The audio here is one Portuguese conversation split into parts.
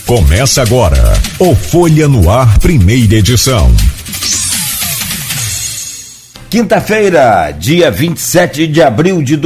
Começa agora o Folha no Ar, primeira edição. Quinta-feira, dia 27 de abril de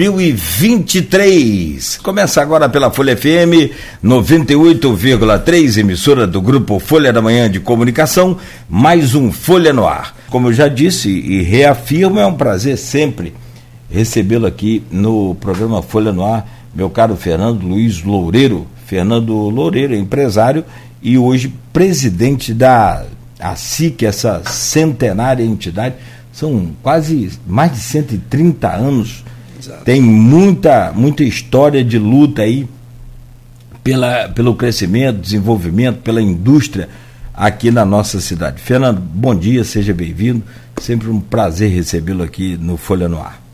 2023. Começa agora pela Folha FM 98,3, emissora do grupo Folha da Manhã de Comunicação, mais um Folha no Ar. Como eu já disse e reafirmo, é um prazer sempre recebê-lo aqui no programa Folha no Ar, meu caro Fernando Luiz Loureiro. Fernando Loureiro, empresário e hoje presidente da ASIC, essa centenária entidade. São quase mais de 130 anos. Exato. Tem muita história de luta aí pelo crescimento, desenvolvimento, pela indústria aqui na nossa cidade. Fernando, bom dia, seja bem-vindo. Sempre um prazer recebê-lo aqui no Folha no Ar.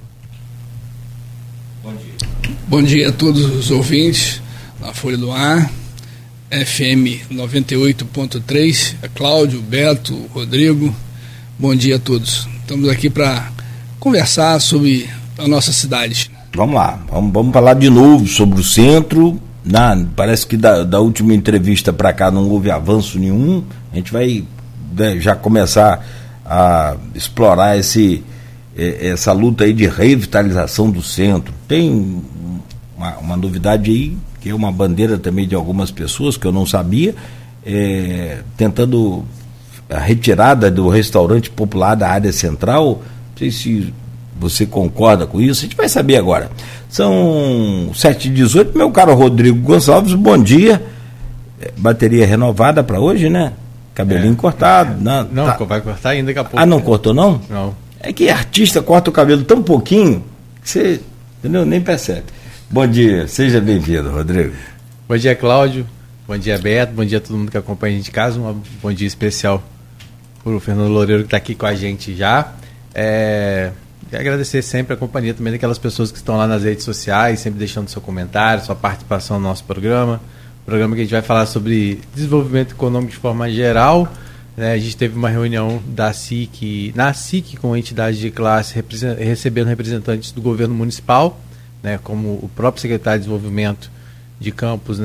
Bom dia. Bom dia a todos os ouvintes da Folha do Ar, FM 98.3, Cláudio, Beto, Rodrigo. Bom dia a todos. Estamos aqui para conversar sobre a nossa cidade. Vamos lá, vamos falar de novo sobre o centro. Parece que da última entrevista para cá não houve avanço nenhum. A gente vai já começar a explorar essa luta aí de revitalização do centro. Tem uma novidade aí, que é uma bandeira também de algumas pessoas que eu não sabia, tentando a retirada do restaurante popular da área central. Não sei se você concorda com isso, a gente vai saber agora. São 7h18, meu caro Rodrigo Gonçalves, bom dia. Bateria renovada para hoje, né? Cabelinho cortado. Não, vai cortar ainda daqui a pouco. Ah, não cortou não? Não. É que artista corta o cabelo tão pouquinho que você, entendeu? Nem percebe. Bom dia, seja bem-vindo, Rodrigo. Bom dia, Cláudio. Bom dia, Beto. Bom dia a todo mundo que acompanha a gente de casa. Um bom dia especial para o Fernando Loureiro, que está aqui com a gente já. Quero agradecer sempre a companhia também daquelas pessoas que estão lá nas redes sociais, sempre deixando seu comentário, sua participação no nosso programa. Programa que a gente vai falar sobre desenvolvimento econômico de forma geral. A gente teve uma reunião na SIC com entidades de classe, recebendo representantes do governo municipal, como o próprio secretário de Desenvolvimento de Campos,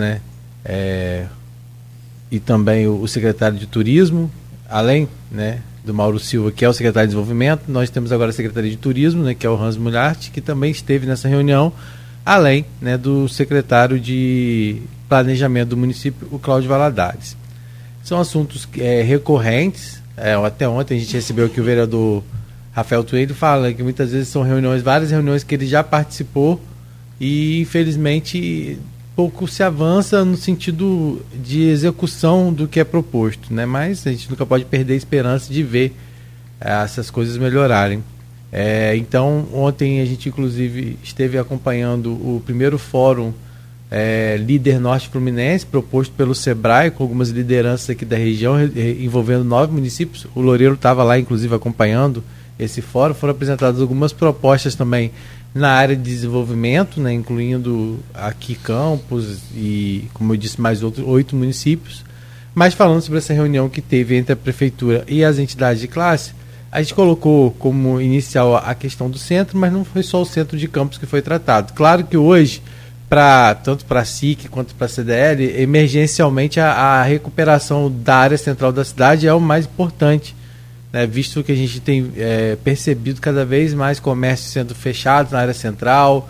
e também o secretário de Turismo, além do Mauro Silva, que é o secretário de Desenvolvimento. Nós temos agora a Secretaria de Turismo, que é o Hans Mulhart, que também esteve nessa reunião, além do secretário de Planejamento do município, o Cláudio Valadares. São assuntos recorrentes. Até ontem a gente recebeu aqui o vereador Rafael Tueiro, fala que muitas vezes são várias reuniões que ele já participou e infelizmente pouco se avança no sentido de execução do que é proposto, mas a gente nunca pode perder a esperança de ver essas coisas melhorarem. Então ontem a gente inclusive esteve acompanhando o primeiro fórum Líder Norte Fluminense, proposto pelo Sebrae, com algumas lideranças aqui da região, envolvendo 9 municípios. O Loureiro estava lá inclusive acompanhando esse fórum. Foram apresentadas algumas propostas também na área de desenvolvimento, incluindo aqui Campos e, como eu disse, mais 8 municípios. Mas falando sobre essa reunião que teve entre a Prefeitura e as entidades de classe, a gente colocou como inicial a questão do centro, mas não foi só o centro de Campos que foi tratado. Claro que hoje, tanto para a SIC quanto para a CDL, emergencialmente a recuperação da área central da cidade é o mais importante, visto que a gente tem percebido cada vez mais comércios sendo fechados na área central,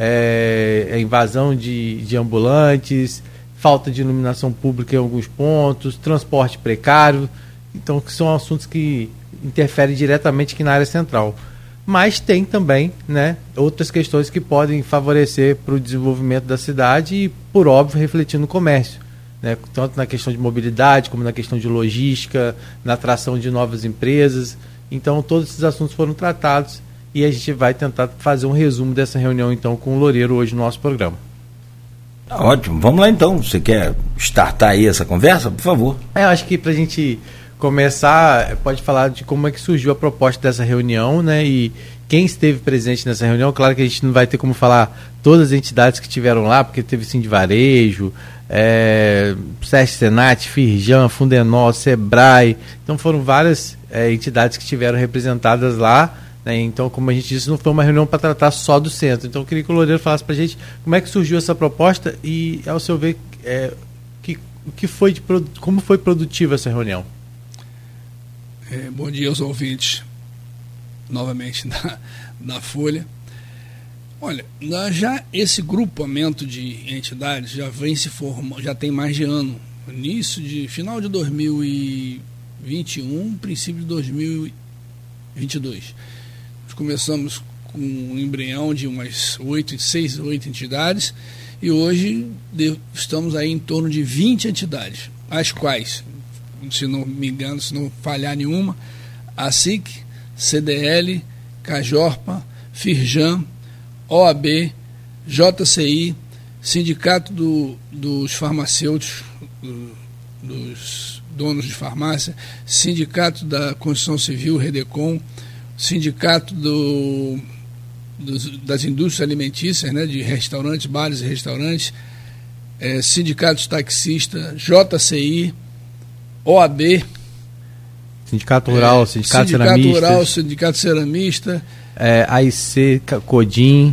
invasão de ambulantes, falta de iluminação pública em alguns pontos, transporte precário. Então, que são assuntos que interferem diretamente aqui na área central. Mas tem também outras questões que podem favorecer para o desenvolvimento da cidade e, por óbvio, refletir no comércio. Tanto na questão de mobilidade, como na questão de logística, na atração de novas empresas. Então, todos esses assuntos foram tratados e a gente vai tentar fazer um resumo dessa reunião, então, com o Loureiro hoje no nosso programa. Ótimo, vamos lá então. Você quer startar aí essa conversa, por favor? Eu acho que para a gente começar, pode falar de como é que surgiu a proposta dessa reunião, e quem esteve presente nessa reunião. Claro que a gente não vai ter como falar todas as entidades que estiveram lá, porque teve Sindivarejo, SESC, Senat, Firjan, Fundenol, Sebrae. Então foram várias entidades que estiveram representadas lá, Então, como a gente disse, não foi uma reunião para tratar só do centro. Então eu queria que o Loureiro falasse para a gente como é que surgiu essa proposta e, ao seu ver, como foi produtiva essa reunião? Bom dia aos ouvintes, novamente da Folha. Olha, esse grupamento de entidades já vem se formando, já tem mais de ano, final de 2021, princípio de 2022. Nós começamos com um embrião de umas 6, 8 entidades e hoje estamos aí em torno de 20 entidades, as quais, se não me engano, se não falhar nenhuma, a SIC, CDL, Cajorpa, Firjan, OAB, JCI, Sindicato dos Farmacêuticos, dos donos de farmácia, Sindicato da Construção Civil, Redecon, Sindicato das Indústrias Alimentícias, né, de restaurantes, bares e restaurantes, Sindicatos Taxistas, JCI, OAB, Sindicato Rural, Sindicato Ceramista, AIC Codim,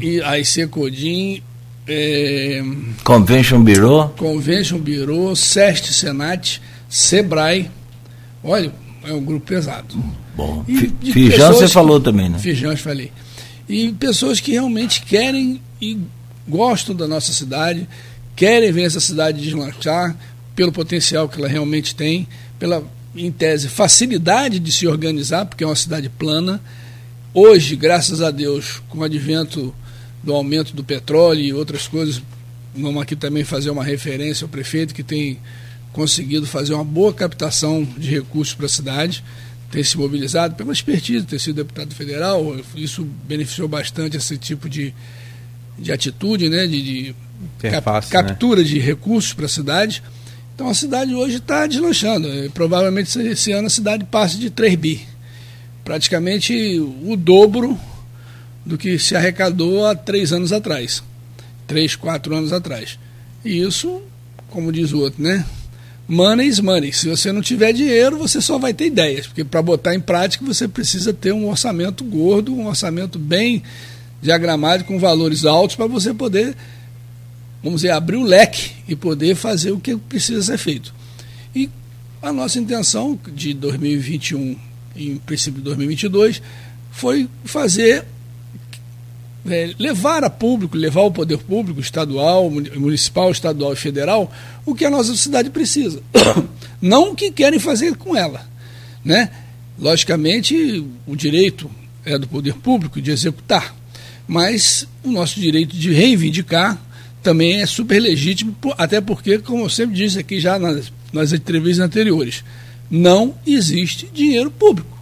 Convention Bureau, SEST, Senat, Sebrae. Olha, é um grupo pesado. Bom, Firjan você falou também, né? Firjan eu falei. E pessoas que realmente querem e gostam da nossa cidade, querem ver essa cidade deslanchar pelo potencial que ela realmente tem, pela, em tese, facilidade de se organizar, porque é uma cidade plana. Hoje, graças a Deus, com o advento do aumento do petróleo e outras coisas, vamos aqui também fazer uma referência ao prefeito, que tem conseguido fazer uma boa captação de recursos para a cidade, tem se mobilizado pela expertise, ter sido deputado federal, isso beneficiou bastante esse tipo de atitude, né, captura, né, de recursos para a cidade. Então a cidade hoje está deslanchando, provavelmente esse ano a cidade passe de 3 bi, praticamente o dobro do que se arrecadou há 3 anos atrás, 3, 4 anos atrás. E isso, como diz o outro, né? Money is money. Se você não tiver dinheiro, você só vai ter ideias, porque para botar em prática você precisa ter um orçamento gordo, um orçamento bem diagramado, com valores altos, para você poder, vamos dizer, abrir o leque e poder fazer o que precisa ser feito. E a nossa intenção de 2021, em princípio de 2022, foi fazer, levar a público, levar ao poder público, estadual, municipal, estadual e federal, o que a nossa cidade precisa. Não o que querem fazer com ela, né? Logicamente, o direito é do poder público de executar, mas o nosso direito de reivindicar também é super legítimo, até porque, como eu sempre disse aqui já nas entrevistas anteriores, não existe dinheiro público.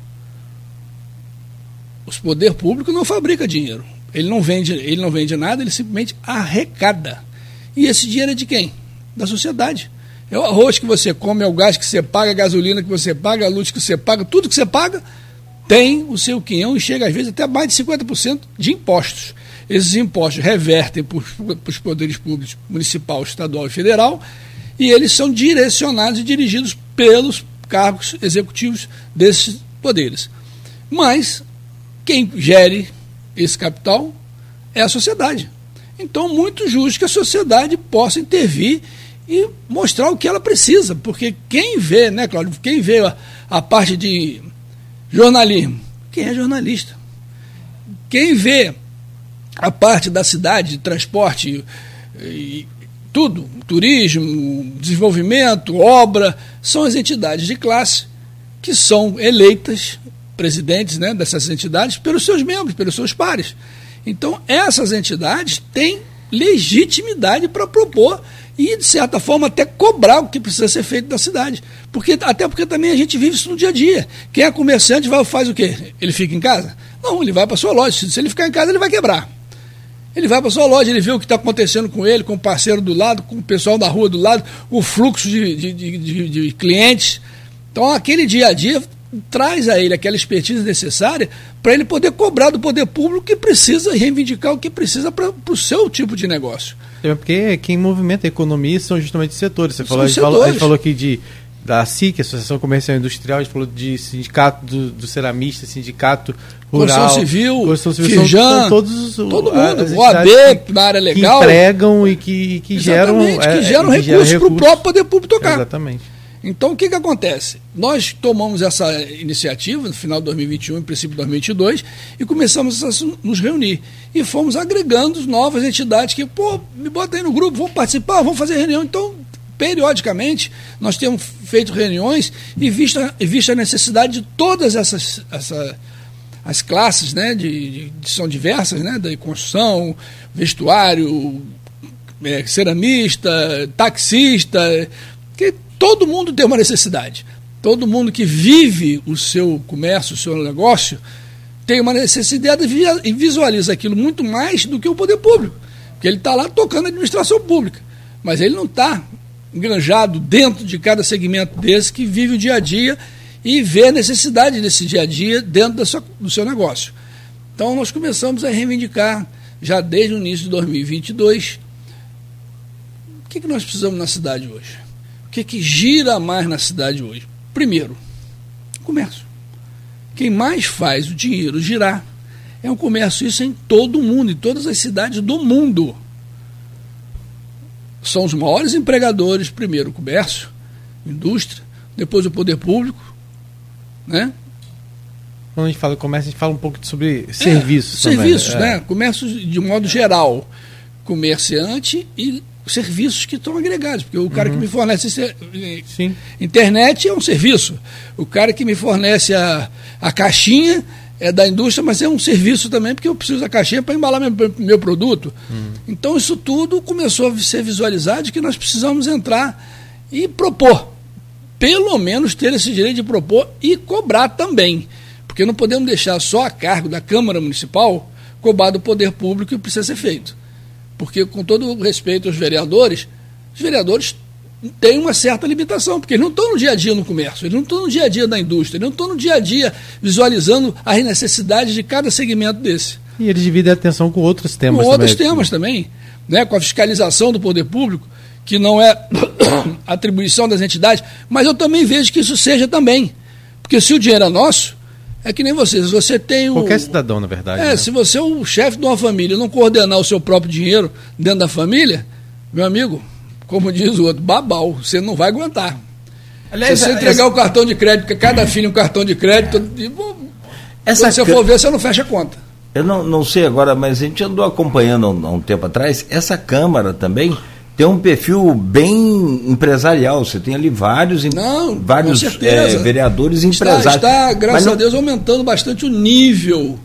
O poder público não fabrica dinheiro. Ele não vende nada, ele simplesmente arrecada. E esse dinheiro é de quem? Da sociedade. É o arroz que você come, é o gás que você paga, a gasolina que você paga, a luz que você paga, tudo que você paga tem o seu quinhão e chega às vezes até mais de 50% de impostos. Esses impostos revertem para os poderes públicos municipal, estadual e federal, e eles são direcionados e dirigidos pelos cargos executivos desses poderes. Mas quem gere esse capital é a sociedade. Então, muito justo que a sociedade possa intervir e mostrar o que ela precisa, porque quem vê, né, Cláudio, quem vê a parte de jornalismo, quem é jornalista? Quem vê a parte da cidade, de transporte e tudo, turismo, desenvolvimento, obra, são as entidades de classe que são eleitas, presidentes, né, dessas entidades, pelos seus membros, pelos seus pares. Então, essas entidades têm legitimidade para propor e, de certa forma, até cobrar o que precisa ser feito da cidade. Até porque também a gente vive isso no dia a dia. Quem é comerciante faz o quê? Ele fica em casa? Não, ele vai para a sua loja. Se ele ficar em casa, ele vai quebrar. Ele vai para a sua loja, ele vê o que está acontecendo com ele, com o parceiro do lado, com o pessoal da rua do lado, o fluxo de clientes. Então, aquele dia a dia traz a ele aquela expertise necessária para ele poder cobrar do poder público que precisa reivindicar o que precisa para o seu tipo de negócio. É porque quem movimenta a economia são justamente os setores. Ele falou aqui da SIC, Associação Comercial e Industrial, a gente falou de sindicato do ceramista, sindicato rural, Construção Civil, Firjan, todos todo mundo, OAB, na área legal. Que empregam e que geram recursos para o próprio poder público tocar. Exatamente. Então, o que acontece? Nós tomamos essa iniciativa no final de 2021, em princípio de 2022, e começamos a nos reunir. E fomos agregando novas entidades que, me bota aí no grupo, vamos participar, vamos fazer reunião. Então, periodicamente, nós temos feito reuniões e vista a necessidade de todas as classes, né, são diversas, né, da construção, vestuário, ceramista, taxista, que todo mundo tem uma necessidade. Todo mundo que vive o seu comércio, o seu negócio, tem uma necessidade e visualiza aquilo muito mais do que o poder público. Porque ele está lá tocando a administração pública. Mas ele não está enganjado dentro de cada segmento desse que vive o dia a dia e vê a necessidade desse dia a dia dentro do seu negócio. Então nós começamos a reivindicar, já desde o início de 2022, o que nós precisamos na cidade hoje? O que gira mais na cidade hoje? Primeiro, comércio. Quem mais faz o dinheiro girar é o comércio, isso em todo o mundo, em todas as cidades do mundo. São os maiores empregadores, primeiro o comércio, indústria, depois o poder público, né? Quando a gente fala comércio, a gente fala um pouco sobre serviços. Serviços, né? Comércio de modo geral. Comerciante e serviços que estão agregados, porque o cara que me fornece internet é um serviço, o cara que me fornece a caixinha é da indústria, mas é um serviço também, porque eu preciso da caixinha para embalar meu produto. Então isso tudo começou a ser visualizado, de que nós precisamos entrar e propor, pelo menos ter esse direito de propor e cobrar também, porque não podemos deixar só a cargo da Câmara Municipal cobrar do poder público, e precisa ser feito. Porque, com todo o respeito aos vereadores, os vereadores têm uma certa limitação, porque eles não estão no dia a dia no comércio, eles não estão no dia a dia da indústria, eles não estão no dia a dia visualizando as necessidades de cada segmento desse. E eles dividem a atenção com outros temas também. Com outros temas também, né? Com a fiscalização do poder público, que não é atribuição das entidades, mas eu também vejo que isso seja também. Porque se o dinheiro é nosso, é que nem você, se você tem qualquer cidadão, na verdade. Né? Se você é o chefe de uma família e não coordenar o seu próprio dinheiro dentro da família, meu amigo, como diz o outro, babau, você não vai aguentar. Aliás, se você entregar o cartão de crédito, porque cada filho um cartão de crédito, quando você for ver, você não fecha a conta. Eu não sei agora, mas a gente andou acompanhando há um tempo atrás, essa Câmara também tem um perfil bem empresarial. Você tem ali vários vereadores empresários. Está, graças a Deus, aumentando bastante o nível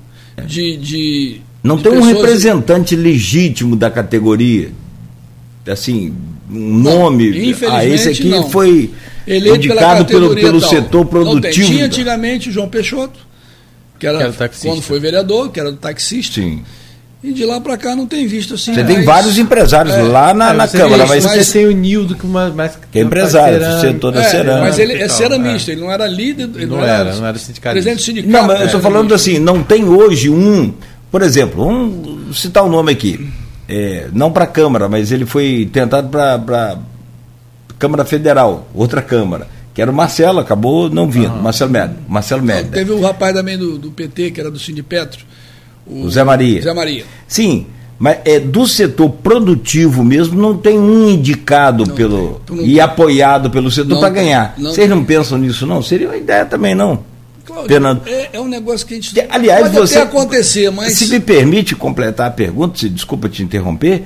de não tem um representante legítimo da categoria, assim, um nome. Esse aqui não foi eleito indicado pelo setor produtivo. Tinha antigamente o João Peixoto, que era quando foi vereador, que era do taxista. Sim. E de lá para cá não tem visto assim. Você tem vários empresários lá na Câmara, mas você tem o Nildo que é empresário do setor da cerâmica. Mas ele é ceramista, ele não era líder, ele não era sindicalista. Presidente do sindicato. Não, mas eu estou falando assim, não tem hoje por exemplo, vamos citar o nome aqui, não para a Câmara, mas ele foi tentado para Câmara Federal, outra Câmara, que era o Marcelo, acabou não vindo, Marcelo Médio. Teve o rapaz também do PT, que era do Sindipetro, o Zé Maria. Sim, mas do setor produtivo mesmo, não tem um indicado apoiado pelo setor para ganhar. Vocês não pensam nisso, não? Seria uma ideia também, não? Cláudio, é um negócio que a gente aliás, pode até acontecer, mas... Se me permite completar a pergunta, desculpa te interromper,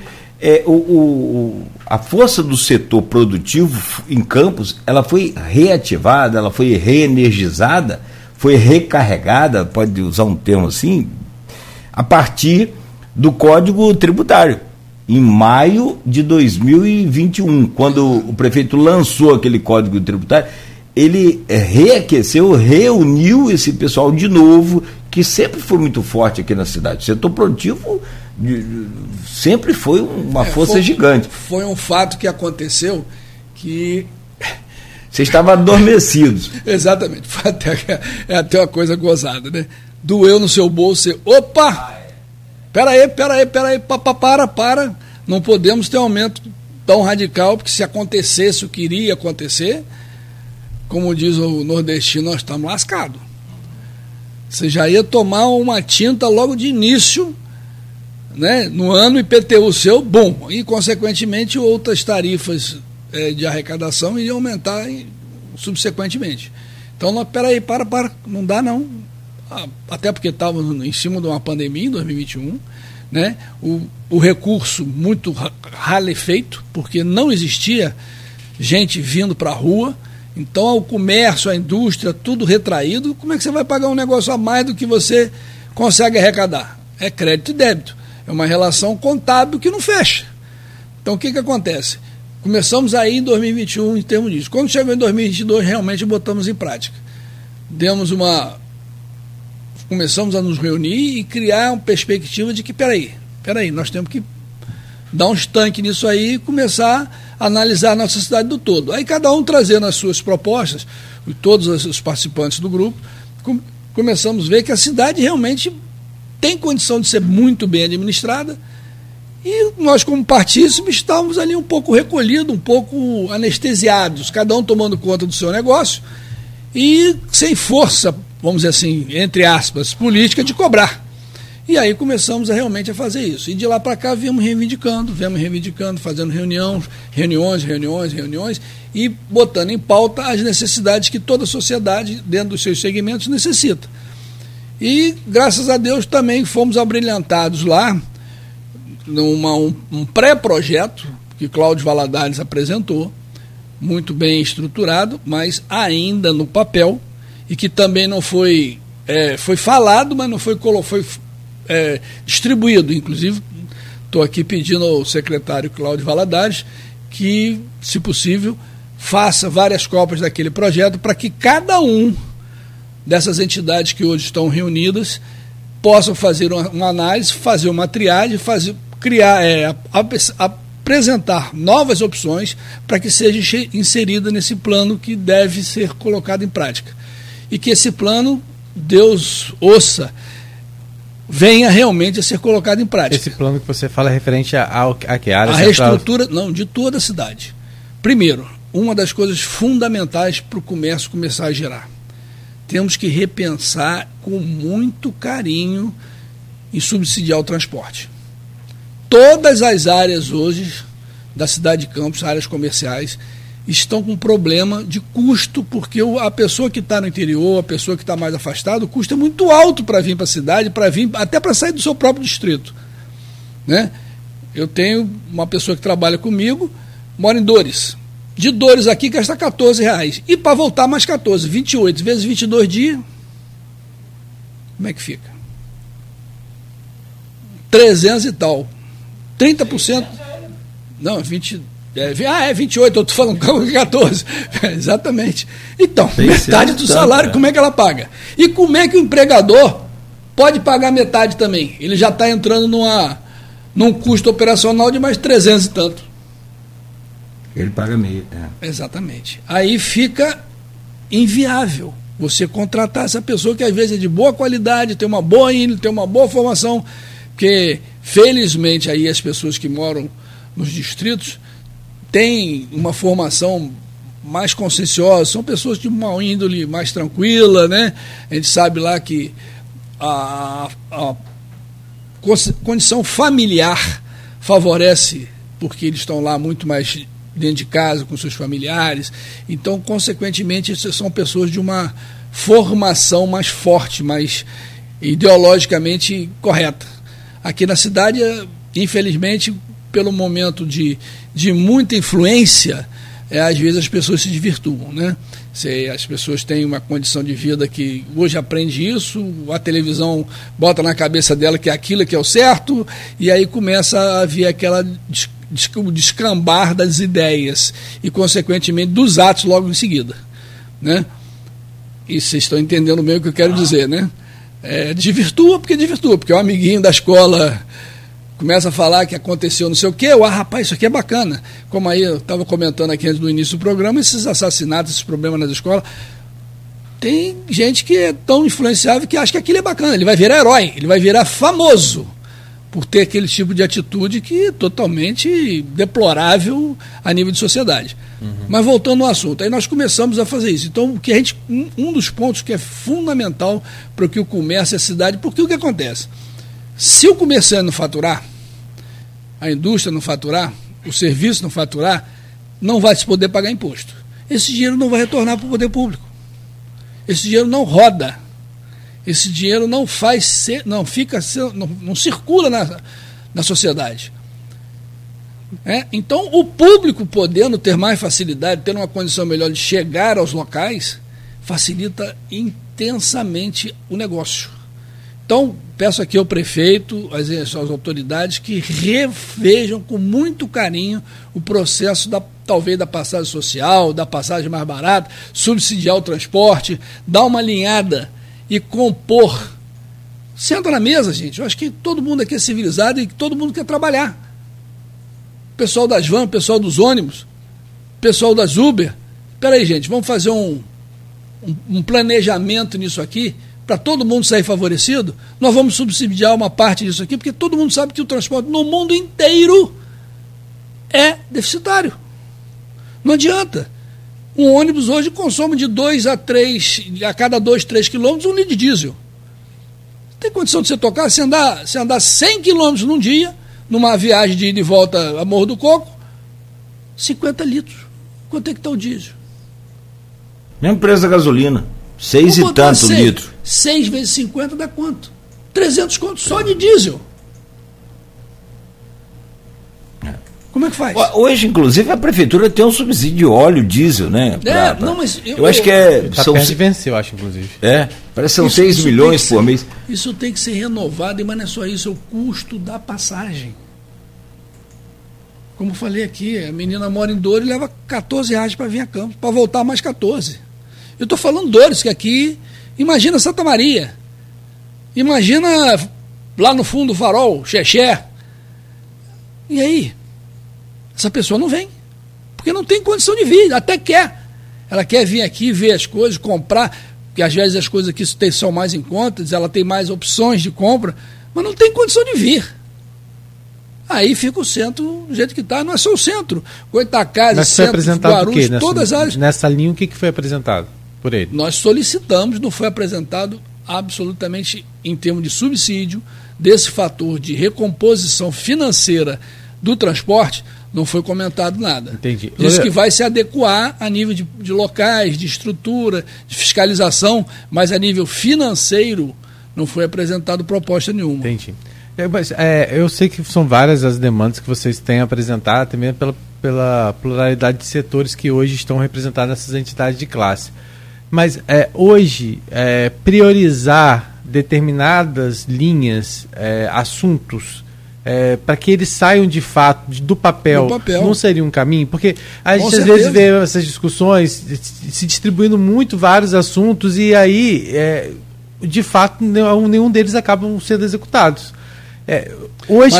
a força do setor produtivo em Campos, ela foi reativada, ela foi reenergizada, foi recarregada, pode usar um termo assim, a partir do Código Tributário, em maio de 2021, quando o prefeito lançou aquele Código Tributário, ele reaqueceu, reuniu esse pessoal de novo, que sempre foi muito forte aqui na cidade. O setor produtivo sempre foi uma força gigante. Foi um fato que aconteceu que... Vocês estavam adormecidos. Exatamente, é até uma coisa gozada, né? Doeu no seu bolso, opa! Peraí, para, não podemos ter um aumento tão radical, porque se acontecesse o que iria acontecer, como diz o nordestino, nós estamos lascados. Você já ia tomar uma tinta logo de início, né, no ano IPTU seu, bom, e consequentemente outras tarifas de arrecadação iriam aumentar subsequentemente. Então, peraí, não dá não, até porque estávamos em cima de uma pandemia em 2021, né, o recurso muito rarefeito, porque não existia gente vindo para a rua, então o comércio, a indústria, tudo retraído, como é que você vai pagar um negócio a mais do que você consegue arrecadar? É crédito e débito, é uma relação contábil que não fecha. Então o que acontece? Começamos aí em 2021 em termos disso. Quando chegou em 2022, realmente botamos em prática. Começamos a nos reunir e criar uma perspectiva de que, peraí, nós temos que dar um estanque nisso aí e começar a analisar a nossa cidade do todo. Aí cada um trazendo as suas propostas, todos os participantes do grupo, começamos a ver que a cidade realmente tem condição de ser muito bem administrada, e nós, como partícipes, estávamos ali um pouco recolhidos, um pouco anestesiados, cada um tomando conta do seu negócio e sem força, vamos dizer assim, entre aspas, política de cobrar. E aí começamos realmente a fazer isso. E de lá para cá viemos reivindicando, fazendo reuniões e botando em pauta as necessidades que toda a sociedade, dentro dos seus segmentos, necessita. E, graças a Deus, também fomos abrilhantados lá um pré-projeto que Cláudio Valadares apresentou, muito bem estruturado, mas ainda no papel, e que também não foi falado, mas não foi distribuído. Inclusive, estou aqui pedindo ao secretário Cláudio Valadares que, se possível, faça várias cópias daquele projeto para que cada um dessas entidades que hoje estão reunidas possam fazer uma análise, fazer uma triagem, apresentar novas opções para que seja inserida nesse plano que deve ser colocado em prática. E que esse plano, Deus ouça, venha realmente a ser colocado em prática. Esse plano que você fala é referente a que área? A reestrutura, de toda a cidade. Primeiro, uma das coisas fundamentais para o comércio começar a girar. Temos que repensar com muito carinho em subsidiar o transporte. Todas as áreas hoje da cidade de Campos, áreas comerciais, estão com problema de custo, porque a pessoa que está no interior, a pessoa que está mais afastada, o custo é muito alto para vir para a cidade, até para sair do seu próprio distrito. Né? Eu tenho uma pessoa que trabalha comigo, mora em Dores. De Dores aqui gasta R$14. E para voltar mais 14, 28 vezes 22 dias, como é que fica? 300 e tal. 30%. Não, 28, eu estou falando 14. Exatamente. Então, metade do salário, como é que ela paga? E como é que o empregador pode pagar metade também? Ele já está entrando num custo operacional de mais 300 e tanto. Ele paga meio. Exatamente. Aí fica inviável você contratar essa pessoa que às vezes é de boa qualidade, tem uma boa índole, tem uma boa formação, porque felizmente aí as pessoas que moram nos distritos têm uma formação mais conscienciosa, são pessoas de uma índole mais tranquila, né? A gente sabe lá que a condição familiar favorece, porque eles estão lá muito mais dentro de casa, com seus familiares. Então, consequentemente, são pessoas de uma formação mais forte, mais ideologicamente correta. Aqui na cidade, infelizmente, pelo momento de muita influência, às vezes as pessoas se desvirtuam, né? As pessoas têm uma condição de vida que hoje aprende isso, a televisão bota na cabeça dela que aquilo que é o certo, e aí começa a haver aquela descambar das ideias e, consequentemente, dos atos logo em seguida, né? E vocês estão entendendo bem o que eu quero dizer, né? Desvirtua, porque o amiguinho da escola começa a falar que aconteceu não sei o quê, rapaz, isso aqui é bacana. Como aí eu estava comentando aqui antes do início do programa, esses assassinatos, esses problemas nas escolas, tem gente que é tão influenciável que acha que aquilo é bacana, ele vai virar herói, ele vai virar famoso. por ter aquele tipo de atitude que é totalmente deplorável a nível de sociedade. Mas voltando ao assunto, aí nós começamos a fazer isso. Então, que um dos pontos que é fundamental para que o comércio e a cidade, porque o que acontece? Se o comerciante não faturar, a indústria não faturar, o serviço não faturar, não vai se poder pagar imposto. Esse dinheiro não vai retornar para o poder público. Esse dinheiro não roda. Esse dinheiro não não circula na sociedade. Então, o público podendo ter mais facilidade, ter uma condição melhor de chegar aos locais, facilita intensamente o negócio. Então, peço aqui ao prefeito, às autoridades, que revejam com muito carinho o processo talvez da passagem social, da passagem mais barata, subsidiar o transporte, dar uma alinhada e compor. Senta na mesa, gente. Eu acho que todo mundo aqui é civilizado e todo mundo quer trabalhar. Pessoal das vans, pessoal dos ônibus, pessoal das Uber. Espera aí, gente, vamos fazer um planejamento nisso aqui, para todo mundo sair favorecido. Nós vamos subsidiar uma parte disso aqui, porque todo mundo sabe que o transporte no mundo inteiro é deficitário. Não adianta. Um ônibus hoje consome de 2 a 3, a cada 2, 3 quilômetros, 1 litro de diesel. Tem condição de você tocar, se andar 100 quilômetros num dia, numa viagem de ida e volta a Morro do Coco, 50 litros. Quanto é que está o diesel? Mesmo preço da gasolina, 6 e tanto litro. 6 vezes 50 dá quanto? 300 contos só de diesel. Como é que faz? Hoje, inclusive, a prefeitura tem um subsídio de óleo diesel, né? Não, mas eu acho que é... Está perto de vencer, eu acho, inclusive. Parece que são 6 milhões por mês. Isso tem que ser renovado, mas não é só isso, é o custo da passagem. Como eu falei aqui, a menina mora em Dores e leva R$14 para vir a Campos, para voltar mais 14. Eu estou falando Dores, que aqui, imagina Santa Maria, imagina lá no fundo do Farol, Xexé. E aí? Essa pessoa não vem, porque não tem condição de vir, até quer. Ela quer vir aqui, ver as coisas, comprar, porque às vezes as coisas aqui são mais em conta, ela tem mais opções de compra, mas não tem condição de vir. Aí fica o centro do jeito que está, não é só o centro. Goitacazes, centro, Guarulhos, todas as áreas. Nessa linha, o que foi apresentado por ele? Nós solicitamos, não foi apresentado absolutamente em termos de subsídio, desse fator de recomposição financeira do transporte, não foi comentado nada. Entendi. Diz que vai se adequar a nível de locais, de estrutura, de fiscalização, mas a nível financeiro não foi apresentado proposta nenhuma. Entendi. Eu sei que são várias as demandas que vocês têm apresentado, também pela pluralidade de setores que hoje estão representados nessas entidades de classe. Mas hoje, priorizar determinadas linhas, assuntos, para que eles saiam de fato do papel, não seria um caminho? Porque a gente às vezes vê essas discussões se distribuindo muito vários assuntos e aí, de fato, nenhum deles acabam sendo executados. Hoje,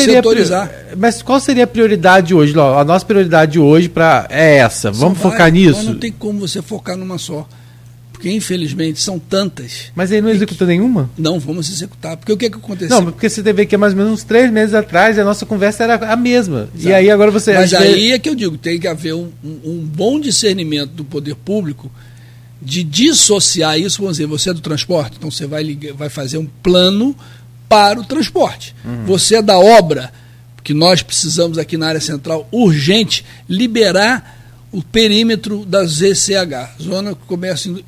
mas qual seria a prioridade hoje? A nossa prioridade hoje é essa. Vamos focar nisso? Mas não tem como você focar numa só. Porque, infelizmente, são tantas. Mas aí não executou nenhuma? Não, vamos executar. Porque o que aconteceu? Não, porque você teve que mais ou menos uns 3 meses atrás e a nossa conversa era a mesma. Exato. E aí agora você... Mas aí é que eu digo, tem que haver um bom discernimento do poder público de dissociar isso. Vamos dizer, você é do transporte, então você vai fazer um plano para o transporte. Você é da obra, que nós precisamos aqui na área central, urgente, liberar o perímetro da ZCH, Zona Comércio,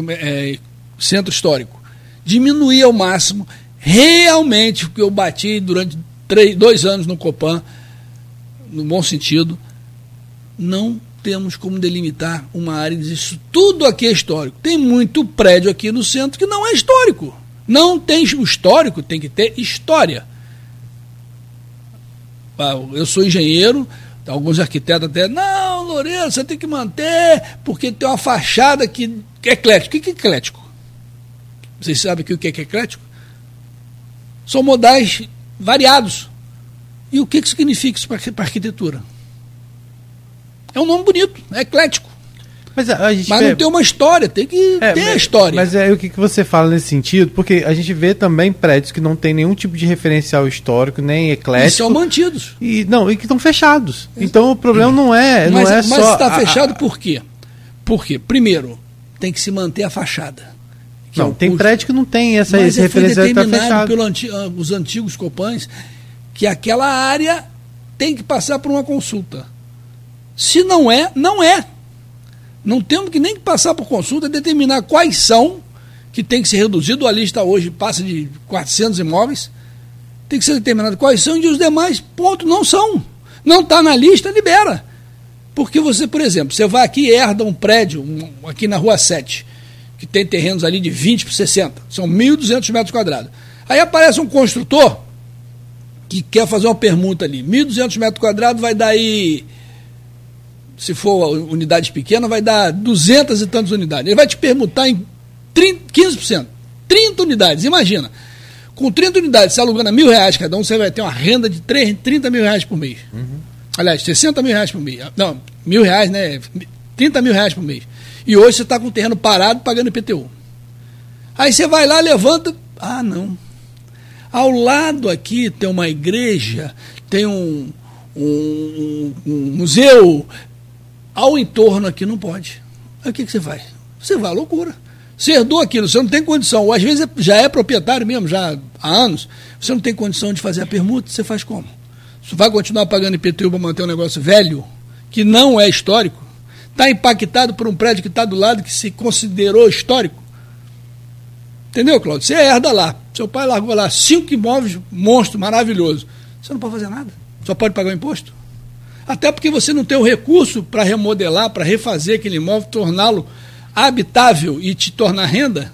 Centro Histórico. Diminuir ao máximo, realmente, porque eu bati durante 2 anos no Copan, no bom sentido, não temos como delimitar uma área e dizer isso tudo aqui é histórico. Tem muito prédio aqui no centro que não é histórico. Não tem o histórico, tem que ter história. Eu sou engenheiro, alguns arquitetos até, não, Loureiro, você tem que manter, porque tem uma fachada que é eclético. O que é eclético? Vocês sabem o que é eclético? São modais variados. E o que significa isso para a arquitetura? É um nome bonito, é eclético. Mas a gente não tem uma história, tem que ter a história. Mas o que você fala nesse sentido? Porque a gente vê também prédios que não tem nenhum tipo de referencial histórico, nem eclético. E são mantidos. E que estão fechados. Então o problema não é só... Mas está fechado por quê? Porque, primeiro, tem que se manter a fachada. Não, tem prédio que não tem esse referencial que está fechado. Pelos antigos Copans, que aquela área tem que passar por uma consulta. Se não é, não é. Não temos que nem passar por consulta e determinar quais são que tem que ser reduzido. A lista hoje passa de 400 imóveis. Tem que ser determinado quais são e os demais, ponto, não são. Não está na lista, libera. Porque você, por exemplo, você vai aqui e herda um prédio, aqui na Rua 7, que tem terrenos ali de 20 por 60. São 1.200 metros quadrados. Aí aparece um construtor que quer fazer uma permuta ali. 1.200 metros quadrados vai dar aí... Se for unidades pequenas, vai dar 200 e tantas unidades. Ele vai te permutar em 15%. 30 unidades, imagina. Com 30 unidades, se alugando a R$1.000 cada um, você vai ter uma renda de 30 mil reais por mês. Uhum. Aliás, 60 mil reais por mês. Não, R$1.000, né? 30 mil reais por mês. E hoje você está com o terreno parado pagando IPTU. Aí você vai lá, levanta... Ah, não. Ao lado aqui tem uma igreja, tem um museu... Ao entorno aqui não pode. Aí o que você faz? Você vai à loucura. Você herdou aquilo, você não tem condição, ou às vezes já é proprietário mesmo, já há anos, você não tem condição de fazer a permuta, você faz como? Você vai continuar pagando IPTU para manter um negócio velho, que não é histórico? Está impactado por um prédio que está do lado, que se considerou histórico? Entendeu, Cláudio? Você herda lá, seu pai largou lá 5 imóveis, monstro, maravilhoso. Você não pode fazer nada, só pode pagar o imposto. Até porque você não tem o recurso para remodelar, para refazer aquele imóvel, torná-lo habitável e te tornar renda.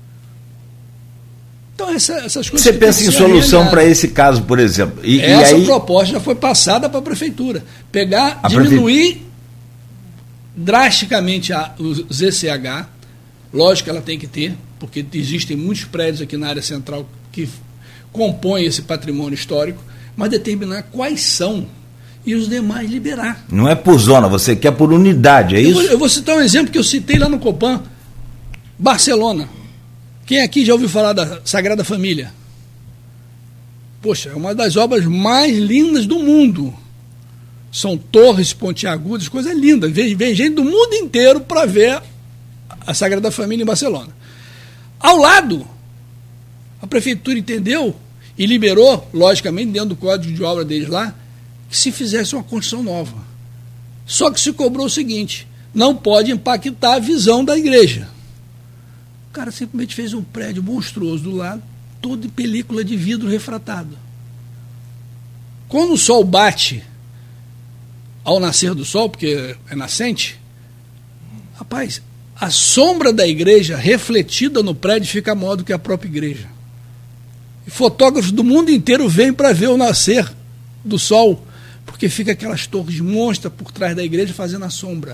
Então essas coisas... Você pensa em solução para esse caso, por exemplo? Essa proposta já foi passada para a prefeitura. Diminuir drasticamente o ZCH. Lógico que ela tem que ter, porque existem muitos prédios aqui na área central que compõem esse patrimônio histórico, mas determinar quais são e os demais liberar. Não é por zona, você quer por unidade, é isso? Eu vou citar um exemplo que eu citei lá no Copan. Barcelona. Quem aqui já ouviu falar da Sagrada Família? Poxa, é uma das obras mais lindas do mundo. São torres pontiagudas, coisa linda. Vem gente do mundo inteiro para ver a Sagrada Família em Barcelona. Ao lado, a prefeitura entendeu e liberou, logicamente, dentro do código de obra deles lá, que se fizesse uma construção nova. Só que se cobrou o seguinte: não pode impactar a visão da igreja. O cara simplesmente fez um prédio monstruoso do lado, todo de película de vidro refratado. Quando o sol bate, ao nascer do sol, porque é nascente, rapaz, a sombra da igreja refletida no prédio fica maior do que a própria igreja. E fotógrafos do mundo inteiro vêm para ver o nascer do sol, porque fica aquelas torres monstras por trás da igreja fazendo a sombra.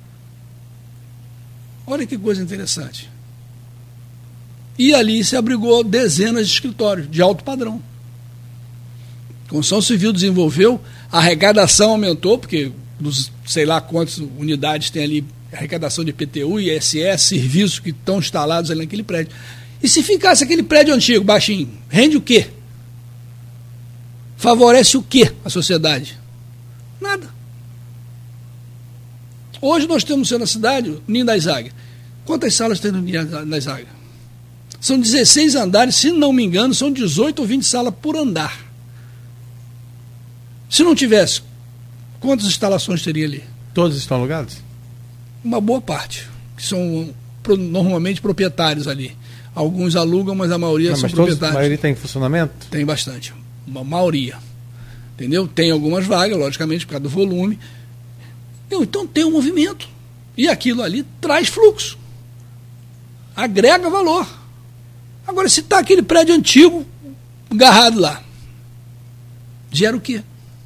Olha que coisa interessante. E ali se abrigou dezenas de escritórios de alto padrão. A construção civil desenvolveu, a arrecadação aumentou, porque dos sei lá quantas unidades tem ali arrecadação de IPTU, ISS, serviços que estão instalados ali naquele prédio. E se ficasse aquele prédio antigo, baixinho, rende o quê? Favorece o quê a sociedade? Nada. Hoje nós temos na cidade o Ninho das Águias. Quantas salas tem no Ninho das Águias? São 16 andares, se não me engano, são 18 ou 20 salas por andar. Se não tivesse, quantas instalações teria ali? Todos estão alugados? Uma boa parte, que são normalmente proprietários ali. Alguns alugam, mas a maioria são proprietários. A maioria tem funcionamento? Tem bastante, uma maioria. Entendeu? Tem algumas vagas, logicamente, por causa do volume. Então tem um movimento. E aquilo ali traz fluxo. Agrega valor. Agora, se está aquele prédio antigo agarrado lá, gera o quê?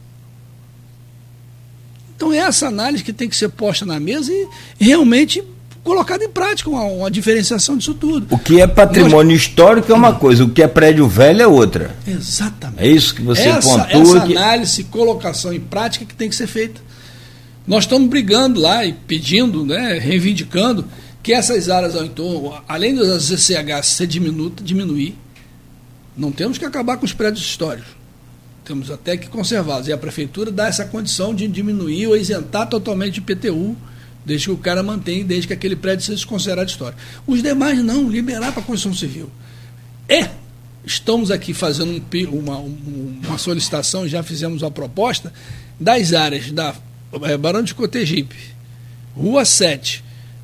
Então é essa análise que tem que ser posta na mesa e realmente colocada em prática, uma diferenciação disso tudo. O que é patrimônio histórico é uma coisa, o que é prédio velho é outra. Exatamente. É isso que você pontua. Essa análise, colocação em prática que tem que ser feita. Nós estamos brigando lá e pedindo, né, reivindicando que essas áreas ao entorno, além das CCH ser diminuir, não temos que acabar com os prédios históricos. Temos até que conservá-los. E a prefeitura dá essa condição de diminuir ou isentar totalmente de IPTU, desde que o cara mantenha, desde que aquele prédio seja considerado histórico. Os demais não, liberar para a construção civil. Estamos aqui fazendo uma solicitação, já fizemos uma proposta, das áreas da Barão de Cotegipe, Rua 7,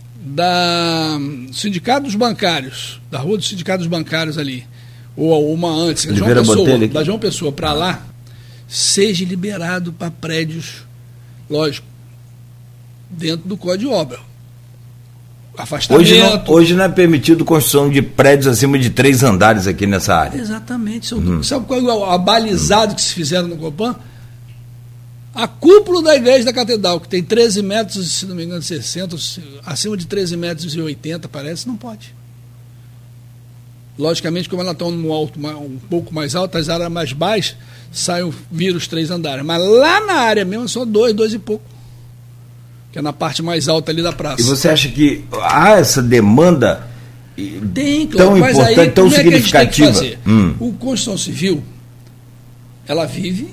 da Sindicato dos Bancários, da Rua do Sindicato dos Bancários ali, ou uma antes, da João Pessoa para lá, seja liberado para prédios, lógico, dentro do Código de Obra. Afastamento. Hoje não é permitido construção de prédios acima de 3 andares aqui nessa área. Exatamente. Sabe qual é o abalizado que se fizeram no Copan? A cúpula da igreja da Catedral, que tem 13 metros, se não me engano, 60, acima de 13 metros e 80, parece, não pode. Logicamente, como ela está no alto, um pouco mais alto, as áreas mais baixas, viram os 3 andares. Mas lá na área mesmo, só 2 e pouco. Que é na parte mais alta ali da praça. E você acha que há essa demanda tem, tão mas importante, aí, tão significativa? Que a gente tem que fazer? O Construção Civil, ela vive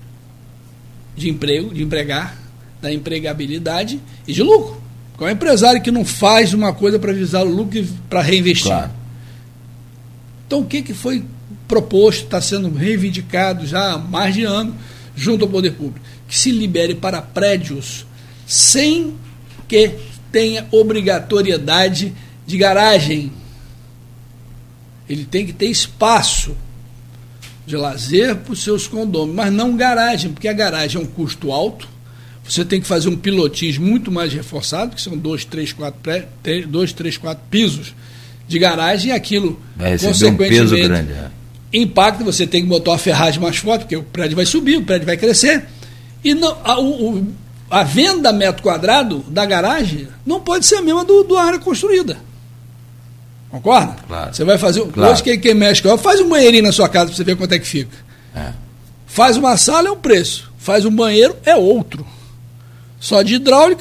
de emprego, de empregar, da empregabilidade e de lucro. Qual é o empresário que não faz uma coisa para visar o lucro e para reinvestir? Claro. Então, o que foi proposto, está sendo reivindicado já há mais de ano, junto ao poder público? Que se libere para prédios sem que tenha obrigatoriedade de garagem. Ele tem que ter espaço de lazer para os seus condôminos, mas não garagem, porque a garagem é um custo alto. Você tem que fazer um pilotis muito mais reforçado, que são 2, 3, 4 pisos de garagem, e aquilo, consequentemente, um peso grande, impacta. Você tem que botar uma ferragem mais forte, porque o prédio vai subir, o prédio vai crescer. E não, a venda metro quadrado da garagem não pode ser a mesma do área construída. Concorda? Claro. Você vai fazer. Claro. Hoje quem mexe com ela, faz um banheirinho na sua casa para você ver quanto é que fica. Faz uma sala é um preço. Faz um banheiro é outro. Só de hidráulica,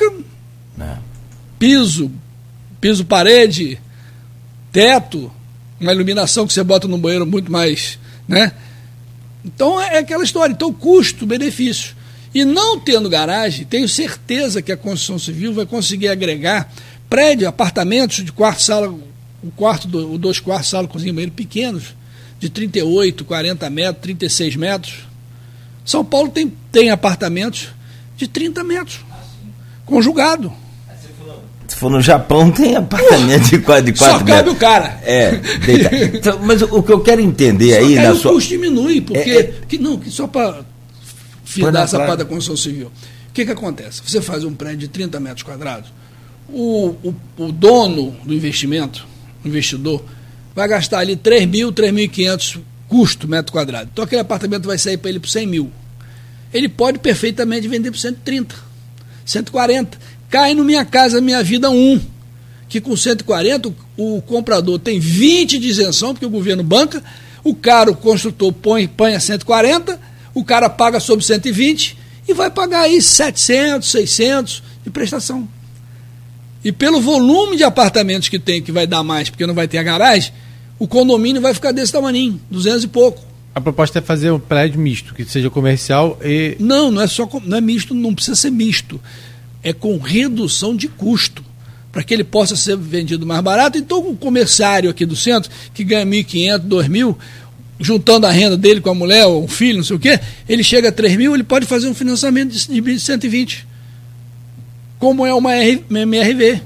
piso parede, teto, uma iluminação que você bota no banheiro muito mais, né? Então é aquela história. Então, custo-benefício. E não tendo garagem, tenho certeza que a construção civil vai conseguir agregar prédio, apartamentos de quarto, sala, o 2 quartos, sala, cozinha e banheiro pequenos, de 38, 40 metros, 36 metros. São Paulo tem apartamentos de 30 metros, conjugado. Se for no Japão, tem apartamento de 4 metros. Só cabe o cara. Então, mas o que eu quero entender só aí na sua... O custo diminui, porque... que só para fidar essa parte da construção civil. O que acontece? Você faz um prédio de 30 metros quadrados, o dono do investimento, o investidor, vai gastar ali 3 mil, 3.500 custo metro quadrado. Então aquele apartamento vai sair para ele por 100 mil. Ele pode perfeitamente vender por 130, 140. Cai no Minha Casa Minha Vida 1, que com 140 o comprador tem 20 de isenção, porque o governo banca, o construtor põe a 140, o cara paga sobre 120 e vai pagar aí 700, 600 de prestação. E pelo volume de apartamentos que tem, que vai dar mais, porque não vai ter a garagem, o condomínio vai ficar desse tamaninho, 200 e pouco. A proposta é fazer um prédio misto, que seja comercial e... Não é misto, não precisa ser misto. É com redução de custo, para que ele possa ser vendido mais barato. Então, o comerciário aqui do centro, que ganha 1.500, 2.000, juntando a renda dele com a mulher, ou um filho, não sei o quê, ele chega a 3.000, ele pode fazer um financiamento de 120, como é uma MRV.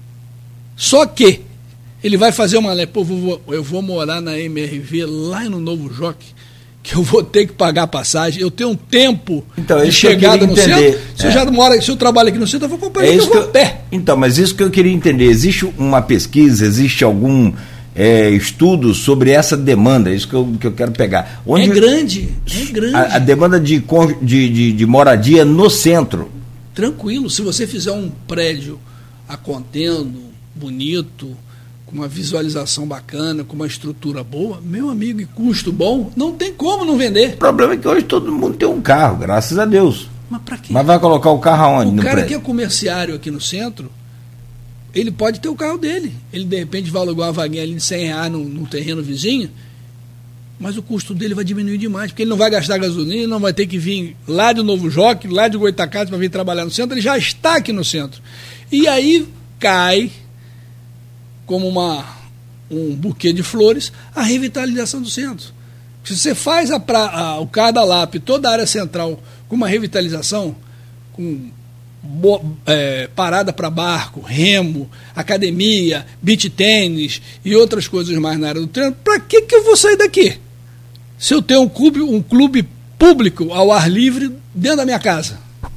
Só que ele vai fazer eu vou morar na MRV lá no Novo Jockey, que eu vou ter que pagar a passagem, eu tenho um tempo de chegada no centro. Se eu trabalho aqui no centro, eu vou comprar eu vou a pé. Então, mas isso que eu queria entender, existe uma pesquisa, existe algum estudo sobre essa demanda, isso que eu quero pegar. É grande. A demanda de moradia no centro. Tranquilo, se você fizer um prédio a contendo, bonito, com uma visualização bacana, com uma estrutura boa, meu amigo, e custo bom, não tem como não vender. O problema é que hoje todo mundo tem um carro, graças a Deus. Mas para quê? Mas vai colocar o carro aonde? O cara que é comerciário aqui no centro, ele pode ter o carro dele. Ele, de repente, vai alugar uma vaguinha ali de R$100 num terreno vizinho, mas o custo dele vai diminuir demais, porque ele não vai gastar gasolina, não vai ter que vir lá de Novo Joque, lá de Goitacazes para vir trabalhar no centro, ele já está aqui no centro. E aí cai como um buquê de flores a revitalização do centro. Se você faz o Cada Lap, toda a área central, com uma revitalização, com parada para barco, remo, academia, beach tênis e outras coisas mais na área do treino, para que eu vou sair daqui? Se eu tenho um clube público ao ar livre dentro da minha casa.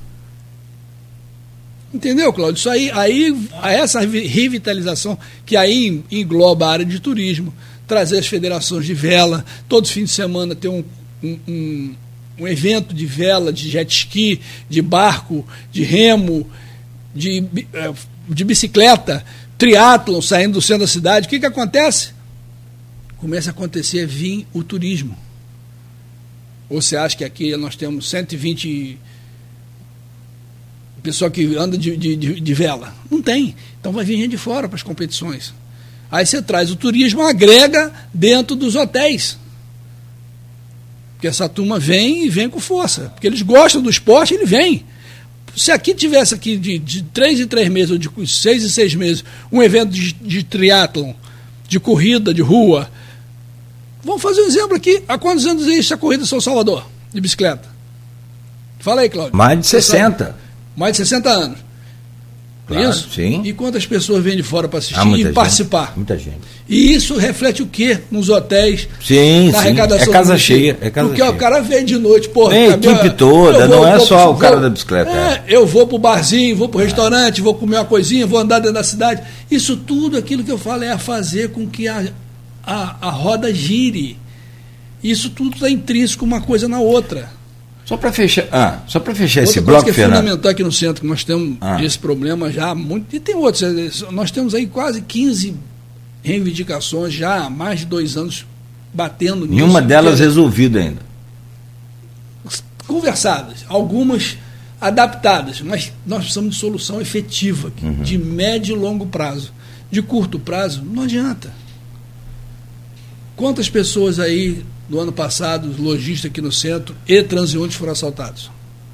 Entendeu, Cláudio? Isso aí essa revitalização, que aí engloba a área de turismo, trazer as federações de vela, todos os fins de semana ter um evento de vela, de jet ski, de barco, de remo, de bicicleta, triatlon saindo do centro da cidade. O que acontece? Começa a acontecer vir o turismo. Ou você acha que aqui nós temos 120 pessoas que andam de vela? Não tem. Então vai vir gente de fora para as competições. Aí você traz o turismo, agrega dentro dos hotéis. Porque essa turma vem e vem com força. Porque eles gostam do esporte, ele vem. Se aqui tivesse aqui de 3 em 3 meses, ou de 6 em 6 meses, um evento de triatlon, de corrida de rua. Vamos fazer um exemplo aqui. Há quantos anos existe a corrida São Salvador, de bicicleta? Fala aí, Cláudio. Mais de 60. Mais de 60 anos. Claro, isso? Sim. E quantas pessoas vêm de fora para assistir e participar? Muita gente. E isso reflete o quê? Nos hotéis, sim, na arrecadação. É casa cheia. Porque o cara vem de noite, vem a equipe toda, não é só o cara da bicicleta. Eu vou pro barzinho, vou pro restaurante, vou comer uma coisinha, vou andar dentro da cidade. Isso tudo, aquilo que eu falo, é a fazer com que a roda gire. Isso tudo está intrínseco uma coisa na outra. Só para fechar esse outra bloco, que é Fernando. Fundamental aqui no centro, que nós temos esse problema já há muito, e tem outros. Nós temos aí quase 15 reivindicações já há mais de 2 anos batendo nisso. Nenhuma delas resolvida ainda. Conversadas, algumas adaptadas, mas nós precisamos de solução efetiva, de médio e longo prazo. De curto prazo, não adianta. Quantas pessoas aí no ano passado, lojistas aqui no centro e transeuntes foram assaltados?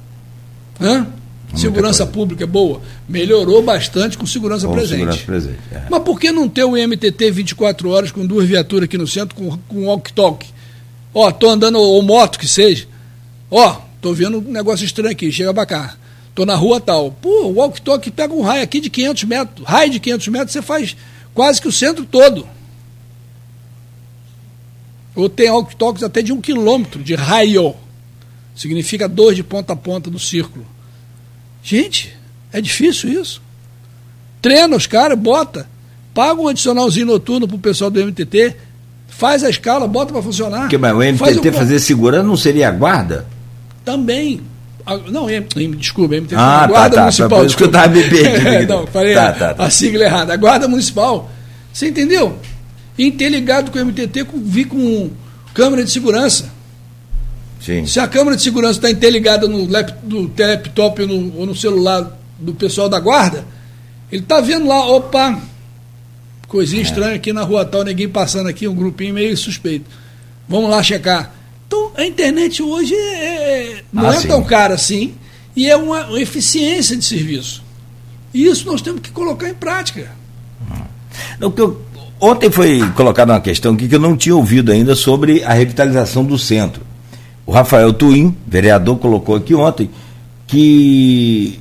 Segurança pública é boa? Melhorou bastante com segurança presente. Mas por que não ter o MTT 24 horas com 2 viaturas aqui no centro com walkie-talkie? Tô andando, ou moto que seja. Tô vendo um negócio estranho aqui, chega pra cá. Tô na rua tal. O walkie-talkie pega um raio aqui de 500 metros. Raio de 500 metros você faz quase que o centro todo. Ou tem walkie-talkies até de 1 quilômetro de raio. Significa 2 de ponta a ponta do círculo. Gente, é difícil isso. Treina os caras, bota. Paga um adicionalzinho noturno pro pessoal do MTT. Faz a escala, bota para funcionar. Mas o MTT fazer segurança não seria a guarda? Também. Não, desculpa, MTT a Guarda Municipal. Desculpa, eu estava bebendo. Não, falei a sigla errada. A Guarda Municipal. Você entendeu? Interligado com o MTT, vir com câmera de segurança. Sim. Se a câmera de segurança está interligada no laptop ou no celular do pessoal da guarda, ele está vendo lá, opa, coisinha estranha aqui na rua tal, ninguém passando aqui, um grupinho meio suspeito. Vamos lá checar. Então, a internet hoje não é tão cara assim, e é uma eficiência de serviço. E isso nós temos que colocar em prática. Ontem foi colocada uma questão aqui que eu não tinha ouvido ainda sobre a revitalização do centro. O Rafael Twin, vereador, colocou aqui ontem que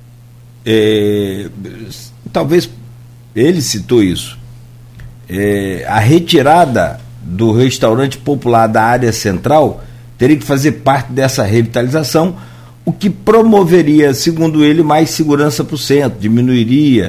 talvez ele citou isso. A retirada do restaurante popular da área central teria que fazer parte dessa revitalização, o que promoveria, segundo ele, mais segurança para o centro, diminuiria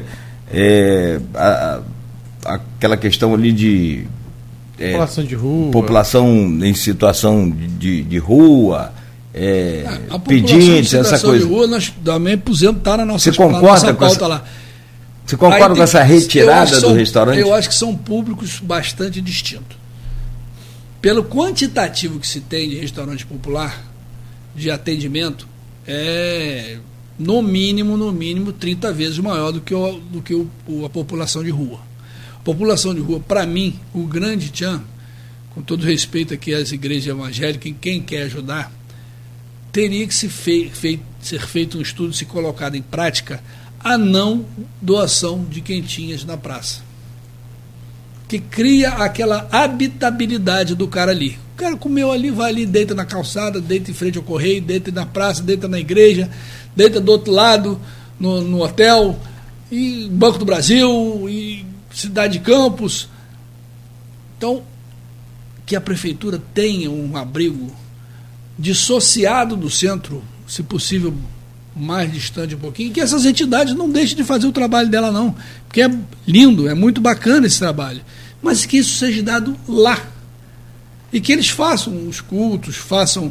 aquela questão ali de população de rua, população em situação de rua, pedintes, essa coisa. De rua, nós também pusemos, está na nossa pauta lá. Você concorda com essa retirada do restaurante? Eu acho que são públicos bastante distintos. Pelo quantitativo que se tem de restaurante popular, de atendimento, é no mínimo 30 vezes maior do que a população de rua. A população de rua, para mim, o grande tchan, com todo respeito aqui às igrejas evangélicas, e quem quer ajudar, teria que ser feito um estudo, se colocado em prática, a não doação de quentinhas na praça. Que cria aquela habitabilidade do cara ali. O cara comeu ali, vai ali, deita na calçada, deita em frente ao correio, deita na praça, deita na igreja, deita do outro lado, no hotel, e Banco do Brasil, e Cidade de Campos. Então, que a prefeitura tenha um abrigo dissociado do centro, se possível mais distante um pouquinho, que essas entidades não deixem de fazer o trabalho dela não, porque é lindo, é muito bacana esse trabalho, mas que isso seja dado lá, e que eles façam os cultos, façam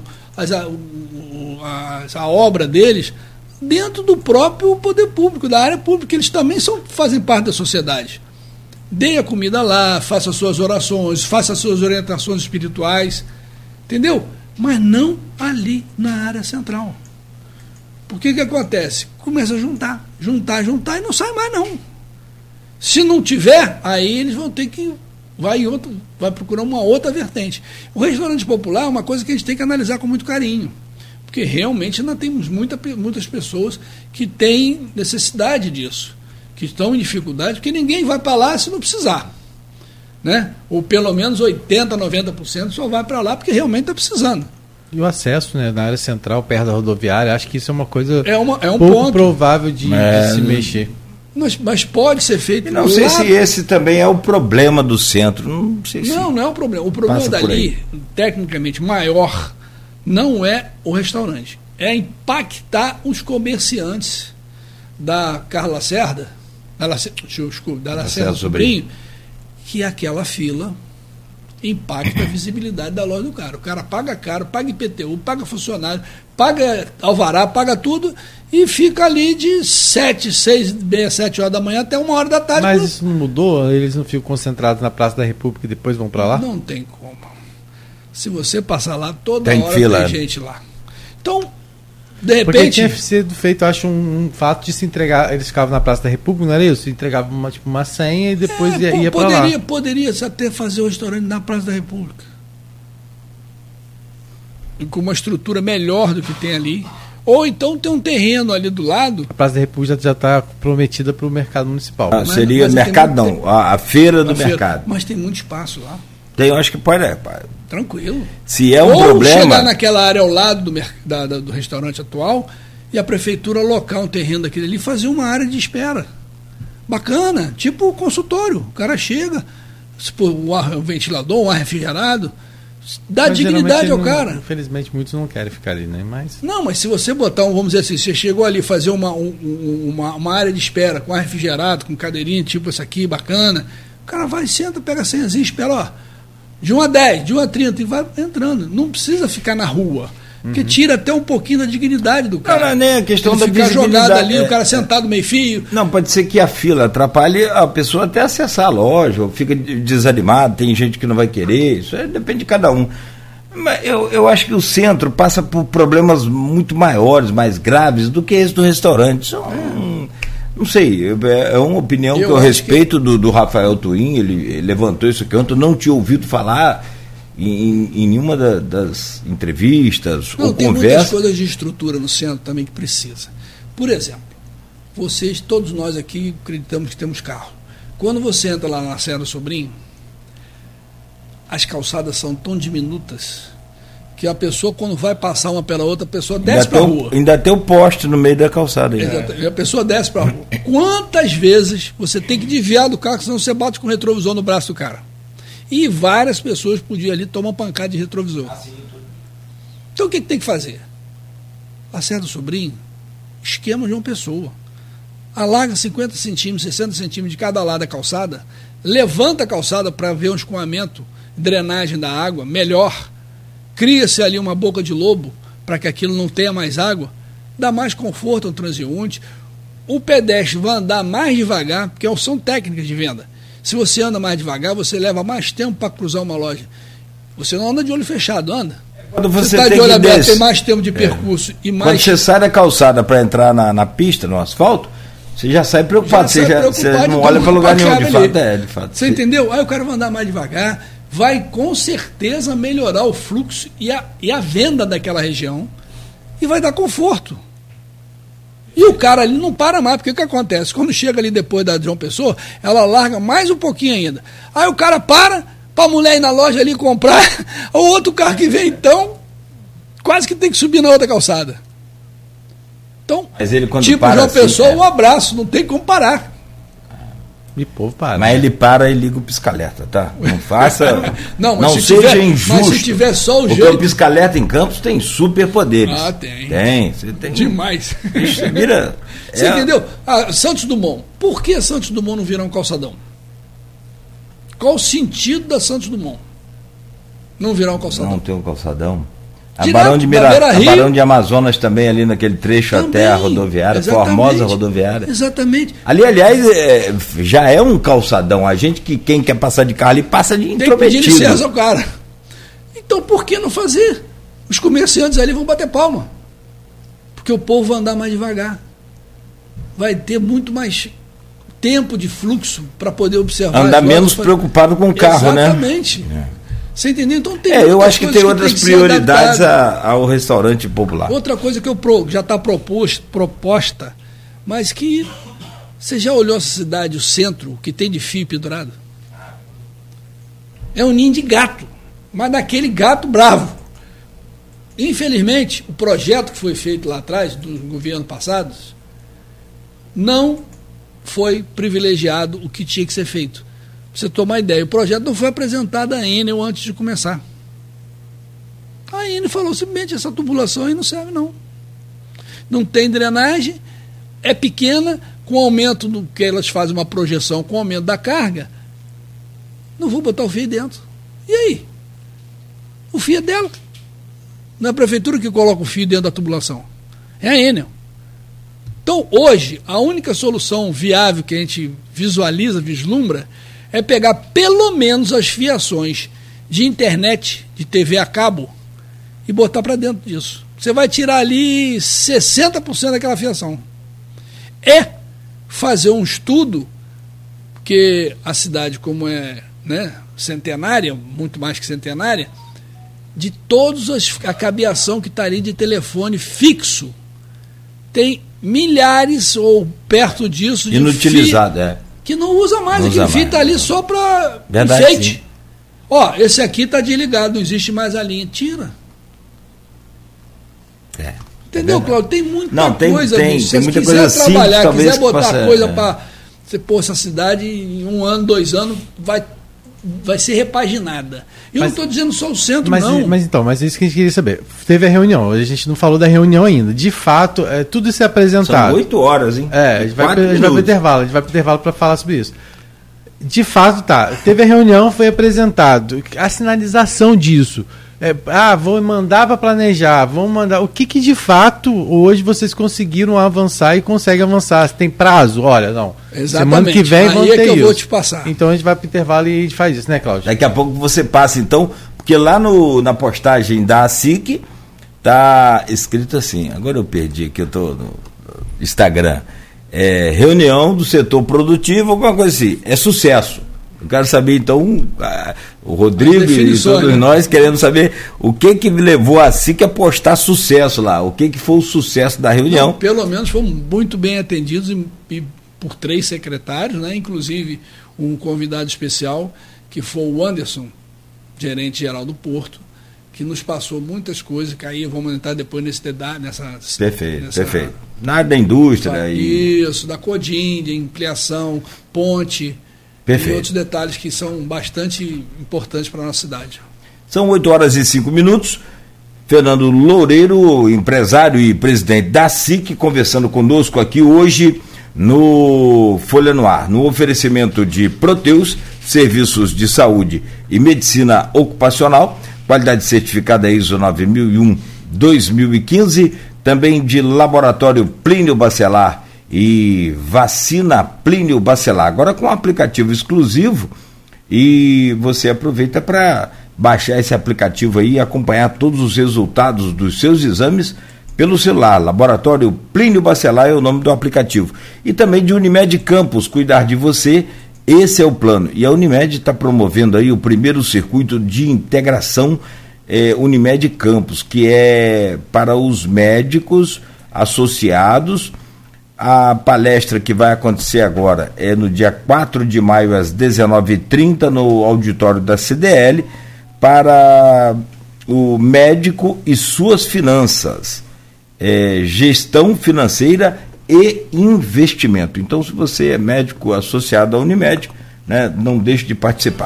a obra deles dentro do próprio poder público, da área pública, que eles também fazem parte da sociedade. Dê a comida lá, faça as suas orações, faça as suas orientações espirituais, entendeu? Mas não ali na área central. Por que acontece? Começa a juntar e não sai mais não. Se não tiver, aí eles vão ter que vai procurar uma outra vertente. O restaurante popular é uma coisa que a gente tem que analisar com muito carinho, porque realmente nós temos muitas pessoas que têm necessidade disso, que estão em dificuldade, porque ninguém vai para lá se não precisar, né? Ou pelo menos 80%, 90% só vai para lá porque realmente está precisando. E o acesso, né, na área central, perto da rodoviária, acho que isso é uma coisa um pouco ponto provável de se mexer. Mas pode ser feito. E não sei se esse também é o problema do centro. Não sei se não é o problema. O problema dali, tecnicamente maior, não é o restaurante. É impactar os comerciantes da Carla Lacerda, da Lacerda Sobrinho, que aquela fila impacta a visibilidade da loja do cara. O cara paga caro, paga IPTU, paga funcionário, paga alvará, paga tudo e fica ali de 7 horas da manhã até 1 hora da tarde. Mas isso não mudou? Eles não ficam concentrados na Praça da República e depois vão para lá? Não tem como. Se você passar lá, toda hora tem gente lá. Então, de repente... Porque tinha sido feito, acho, um fato de se entregar. Eles ficavam na Praça da República, não era isso? Entregavam uma senha e depois ia para lá. Poderia-se até fazer o restaurante na Praça da República, e com uma estrutura melhor do que tem ali. Ou então tem um terreno ali do lado. A Praça da República já está prometida para o mercado municipal. Seria mercado não, a feira do mercado. Mas tem muito espaço lá. Tem, eu acho que pode. Tranquilo. Se é um problema. Ou chegar naquela área ao lado do restaurante atual e a prefeitura alocar um terreno daquele ali e fazer uma área de espera. Bacana, tipo o consultório. O cara chega, se pôr um ventilador, um ar refrigerado, dá dignidade ao cara. Infelizmente muitos não querem ficar ali, né? Mas se você botar, vamos dizer assim, você chegou ali fazer uma área de espera com ar refrigerado, com cadeirinha tipo essa aqui, bacana, o cara vai, senta, pega a senhazinha, espera, ó, de 1 a 10, de 1 a 30 e vai entrando. Não precisa ficar na rua, porque tira até um pouquinho da dignidade do cara. Não é nem a questão da visibilidade. Ficar jogado ali, o cara sentado meio fio. Não, pode ser que a fila atrapalhe a pessoa até acessar a loja, ou fica desanimado, tem gente que não vai querer, isso depende de cada um. Mas eu acho que o centro passa por problemas muito maiores, mais graves do que esse do restaurante. Não sei, é uma opinião que eu respeito do Rafael Twin, ele levantou isso aqui ontem, eu não tinha ouvido falar em nenhuma das entrevistas ou tem conversas. Tem muitas coisas de estrutura no centro também que precisa. Por exemplo, todos nós aqui acreditamos que temos carro. Quando você entra lá na Lacerda Sobrinho, as calçadas são tão diminutas que a pessoa, quando vai passar uma pela outra, a pessoa desce para a rua. Ainda tem o poste no meio da calçada. E a pessoa desce para a rua. Quantas vezes você tem que desviar do carro, senão você bate com o retrovisor no braço do cara? E várias pessoas por dia ali tomam pancada de retrovisor. Então o que tem que fazer? Lacerda Sobrinho, esquema de uma pessoa. Alarga 50 centímetros, 60 centímetros de cada lado da calçada, levanta a calçada para ver um escoamento, drenagem da água melhor, cria-se ali uma boca de lobo para que aquilo não tenha mais água, dá mais conforto ao transeunte, o pedestre vai andar mais devagar, porque são técnicas de venda. Se você anda mais devagar, você leva mais tempo para cruzar uma loja. Você não anda de olho fechado, anda. Quando você está tem de olho aberto, desce, tem mais tempo de percurso e mais... Quando você sai da calçada para entrar na pista, no asfalto, você já sai preocupado, você não olha para lugar nenhum, de fato. Você entendeu? Aí o cara vai andar mais devagar, vai com certeza melhorar o fluxo e a venda daquela região e vai dar conforto. E o cara ali não para mais, porque o que acontece? Quando chega ali depois da João Pessoa, ela larga mais um pouquinho ainda. Aí o cara para a mulher ir na loja ali comprar, o outro carro que vem então, quase que tem que subir na outra calçada. Então, mas ele, quando tipo para João assim, Pessoa, um abraço, não tem como parar. E povo para. Mas ele para e liga o pisca-alerta, tá? Não faça. Não seja injusto. Mas se tiver só o porque jeito. O pisca-alerta em Campos tem superpoderes. Ah, tem. Você tem. Demais. Isso, vira. Você entendeu? Santos Dumont. Por que Santos Dumont não virar um calçadão? Qual o sentido da Santos Dumont? Não virar um calçadão. Não ter um calçadão. A Barão Barão de Amazonas também, ali naquele trecho também, até a rodoviária, Formosa rodoviária. Exatamente. Ali, aliás, já é um calçadão. A gente quem quer passar de carro ali, passa de intrometido. Tem que pedir licença ao cara. Então, por que não fazer? Os comerciantes ali vão bater palma. Porque o povo vai andar mais devagar. Vai ter muito mais tempo de fluxo para poder observar. Andar menos preocupado com o carro, exatamente. Né? Exatamente. Você entendeu? Então tem eu acho que tem outras prioridades ao restaurante popular. Outra coisa que já está proposta, mas que você já olhou essa cidade, o centro, que tem de fio pendurado? É um ninho de gato, mas daquele gato bravo. Infelizmente, o projeto que foi feito lá atrás, dos governos passados, não foi privilegiado o que tinha que ser feito. Pra você tomar ideia, o projeto não foi apresentado à Enel antes de começar. A Enel falou simplesmente, essa tubulação aí não serve não. Não tem drenagem, é pequena, com o aumento do que elas fazem uma projeção, com o aumento da carga, não vou botar o fio dentro. E aí? O fio é dela. Não é a prefeitura que coloca o fio dentro da tubulação. É a Enel. Então, hoje, a única solução viável que a gente vislumbra, é pegar pelo menos as fiações de internet, de TV a cabo, e botar para dentro disso. Você vai tirar ali 60% daquela fiação. É fazer um estudo, que a cidade, como é, né, centenária, muito mais que centenária, de todas a cabeação que está ali de telefone fixo. Tem milhares ou perto disso de inutilizado, que não usa mais, aquele fio está ali só para enfeite. Sim. Ó, esse aqui está desligado, não existe mais a linha, tira. Entendeu, Cláudio? Tem muita coisa. Tem muita coisa simples, trabalhar, talvez, quiser botar coisa para você pôr essa cidade em 1 ano, 2 anos, vai ser repaginada. Eu não estou dizendo só o centro, não. Mas isso que a gente queria saber. Teve a reunião, a gente não falou da reunião ainda. De fato, tudo isso é apresentado. São 8 horas, hein? A gente vai para o intervalo para falar sobre isso. De fato, teve a reunião, foi apresentado a sinalização disso. Vou mandar para planejar, vão mandar. O que de fato hoje vocês conseguiram avançar e conseguem avançar? Tem prazo? Olha, não. Exatamente. Semana que vem vão ter isso. Eu vou te passar. Então a gente vai para o intervalo e a gente faz isso, né, Cláudio? Daqui a pouco você passa, então, porque lá na postagem da ASIC tá escrito assim, agora eu perdi aqui, eu tô no Instagram, reunião do setor produtivo, alguma coisa assim, é sucesso. Eu quero saber, então, o Rodrigo e todos nós queremos saber o que levou a SIC a postar sucesso lá, o que foi o sucesso da reunião. Não, pelo menos fomos muito bem atendidos e por 3 secretários, né? Inclusive um convidado especial, que foi o Anderson, gerente geral do Porto, que nos passou muitas coisas, que aí vamos entrar depois nessa... Perfeito. Na área da indústria. Isso, da Codim, de ampliação, ponte... Perfeito. E outros detalhes que são bastante importantes para a nossa cidade. São 8 horas e 5 minutos. Fernando Loureiro, empresário e presidente da SIC, conversando conosco aqui hoje no Folha no Ar, no oferecimento de Proteus, serviços de saúde e medicina ocupacional, qualidade certificada ISO 9001-2015, também de Laboratório Plínio Bacelar e vacina Plínio Bacelar, agora com um aplicativo exclusivo, e você aproveita para baixar esse aplicativo aí e acompanhar todos os resultados dos seus exames pelo celular. Laboratório Plínio Bacelar é o nome do aplicativo. E também de Unimed Campos, cuidar de você, esse é o plano. E a Unimed está promovendo aí o primeiro circuito de integração Unimed Campos, que é para os médicos associados. A palestra que vai acontecer agora é no dia 4 de maio às 19h30 no auditório da CDL, para o médico e suas finanças, gestão financeira e investimento. Então, se você é médico associado à Unimed, né, não deixe de participar.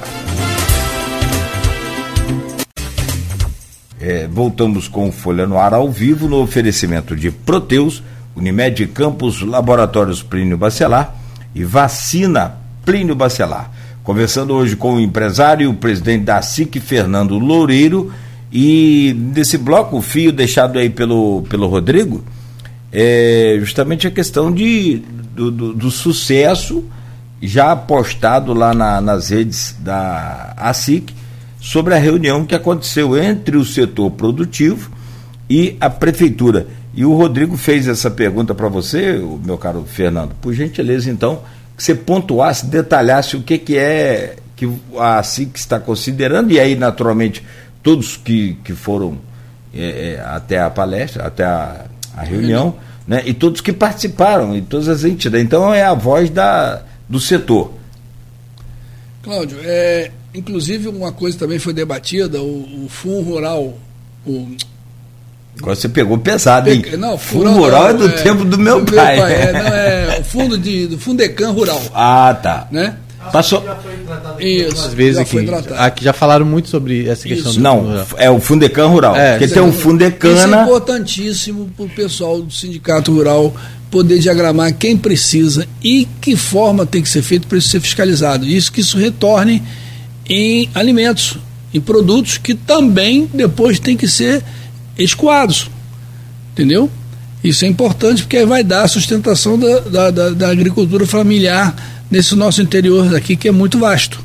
Voltamos com Folha no Ar ao vivo, no oferecimento de Proteus, Unimed Campos, Laboratórios Plínio Bacelar e Vacina Plínio Bacelar. Conversando hoje com o empresário, o presidente da SIC, Fernando Loureiro, e nesse bloco, o fio deixado aí pelo Rodrigo, justamente a questão do sucesso já apostado lá nas redes da ASIC sobre a reunião que aconteceu entre o setor produtivo e a prefeitura. E o Rodrigo fez essa pergunta para você, meu caro Fernando. Por gentileza, então, que você pontuasse, detalhasse o que é que a SIC está considerando, e aí, naturalmente, todos que foram até a palestra, até a reunião, né, e todos que participaram, e todas as entidades. Então, é a voz do setor. Cláudio, inclusive uma coisa também foi debatida, o Fundo Rural, Agora você pegou pesado, hein? Não, Fundo Rural é do tempo do meu pai. O fundo do Fundecam Rural. Ah, tá. Né? Passou. Isso, às vezes aqui já falaram muito sobre essa questão. Isso. Do Não, rural. é o Fundecam Rural. Porque tem um Fundecana. Isso é importantíssimo para o pessoal do Sindicato Rural poder diagramar quem precisa e que forma tem que ser feito para isso ser fiscalizado. Isso que isso retorne em alimentos, em produtos que também depois tem que ser escoados, entendeu? Isso é importante porque vai dar a sustentação da agricultura familiar nesse nosso interior aqui, que é muito vasto.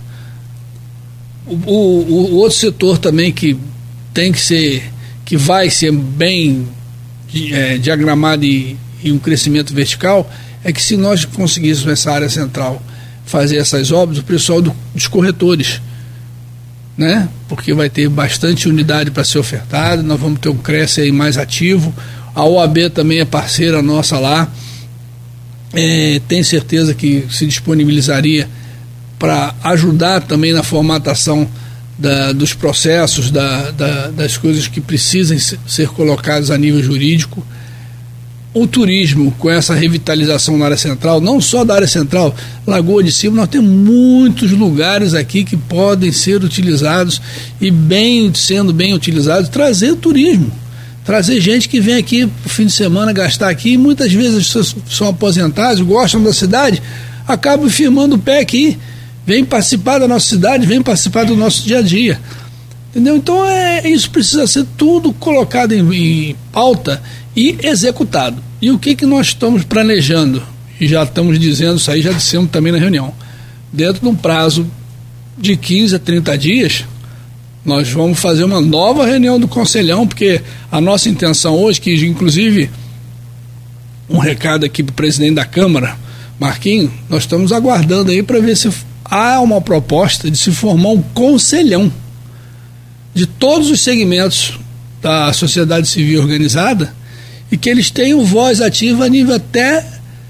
O outro setor também que tem que ser, que vai ser bem diagramado e um crescimento vertical, é que se nós conseguíssemos essa área central fazer essas obras, o pessoal dos corretores, né? Porque vai ter bastante unidade para ser ofertada, nós vamos ter um Cresce aí mais ativo, a OAB também é parceira nossa lá, tenho certeza que se disponibilizaria para ajudar também na formatação dos processos, das coisas que precisam ser colocadas a nível jurídico. O turismo, com essa revitalização na área central, não só da área central, Lagoa de Cima, nós temos muitos lugares aqui que podem ser utilizados e sendo bem utilizados, trazer turismo, trazer gente que vem aqui no fim de semana gastar aqui, e muitas vezes as pessoas são aposentadas, gostam da cidade, acabam firmando o pé aqui, vem participar da nossa cidade, vem participar do nosso dia a dia. Entendeu? Então isso precisa ser tudo colocado em pauta e executado. E o que nós estamos planejando? E já estamos dizendo isso aí, já dissemos também na reunião. Dentro de um prazo de 15 a 30 dias, nós vamos fazer uma nova reunião do Conselhão, porque a nossa intenção hoje, que inclusive um recado aqui para o presidente da Câmara, Marquinhos, nós estamos aguardando aí para ver se há uma proposta de se formar um conselhão de todos os segmentos da sociedade civil organizada e que eles tenham voz ativa a nível até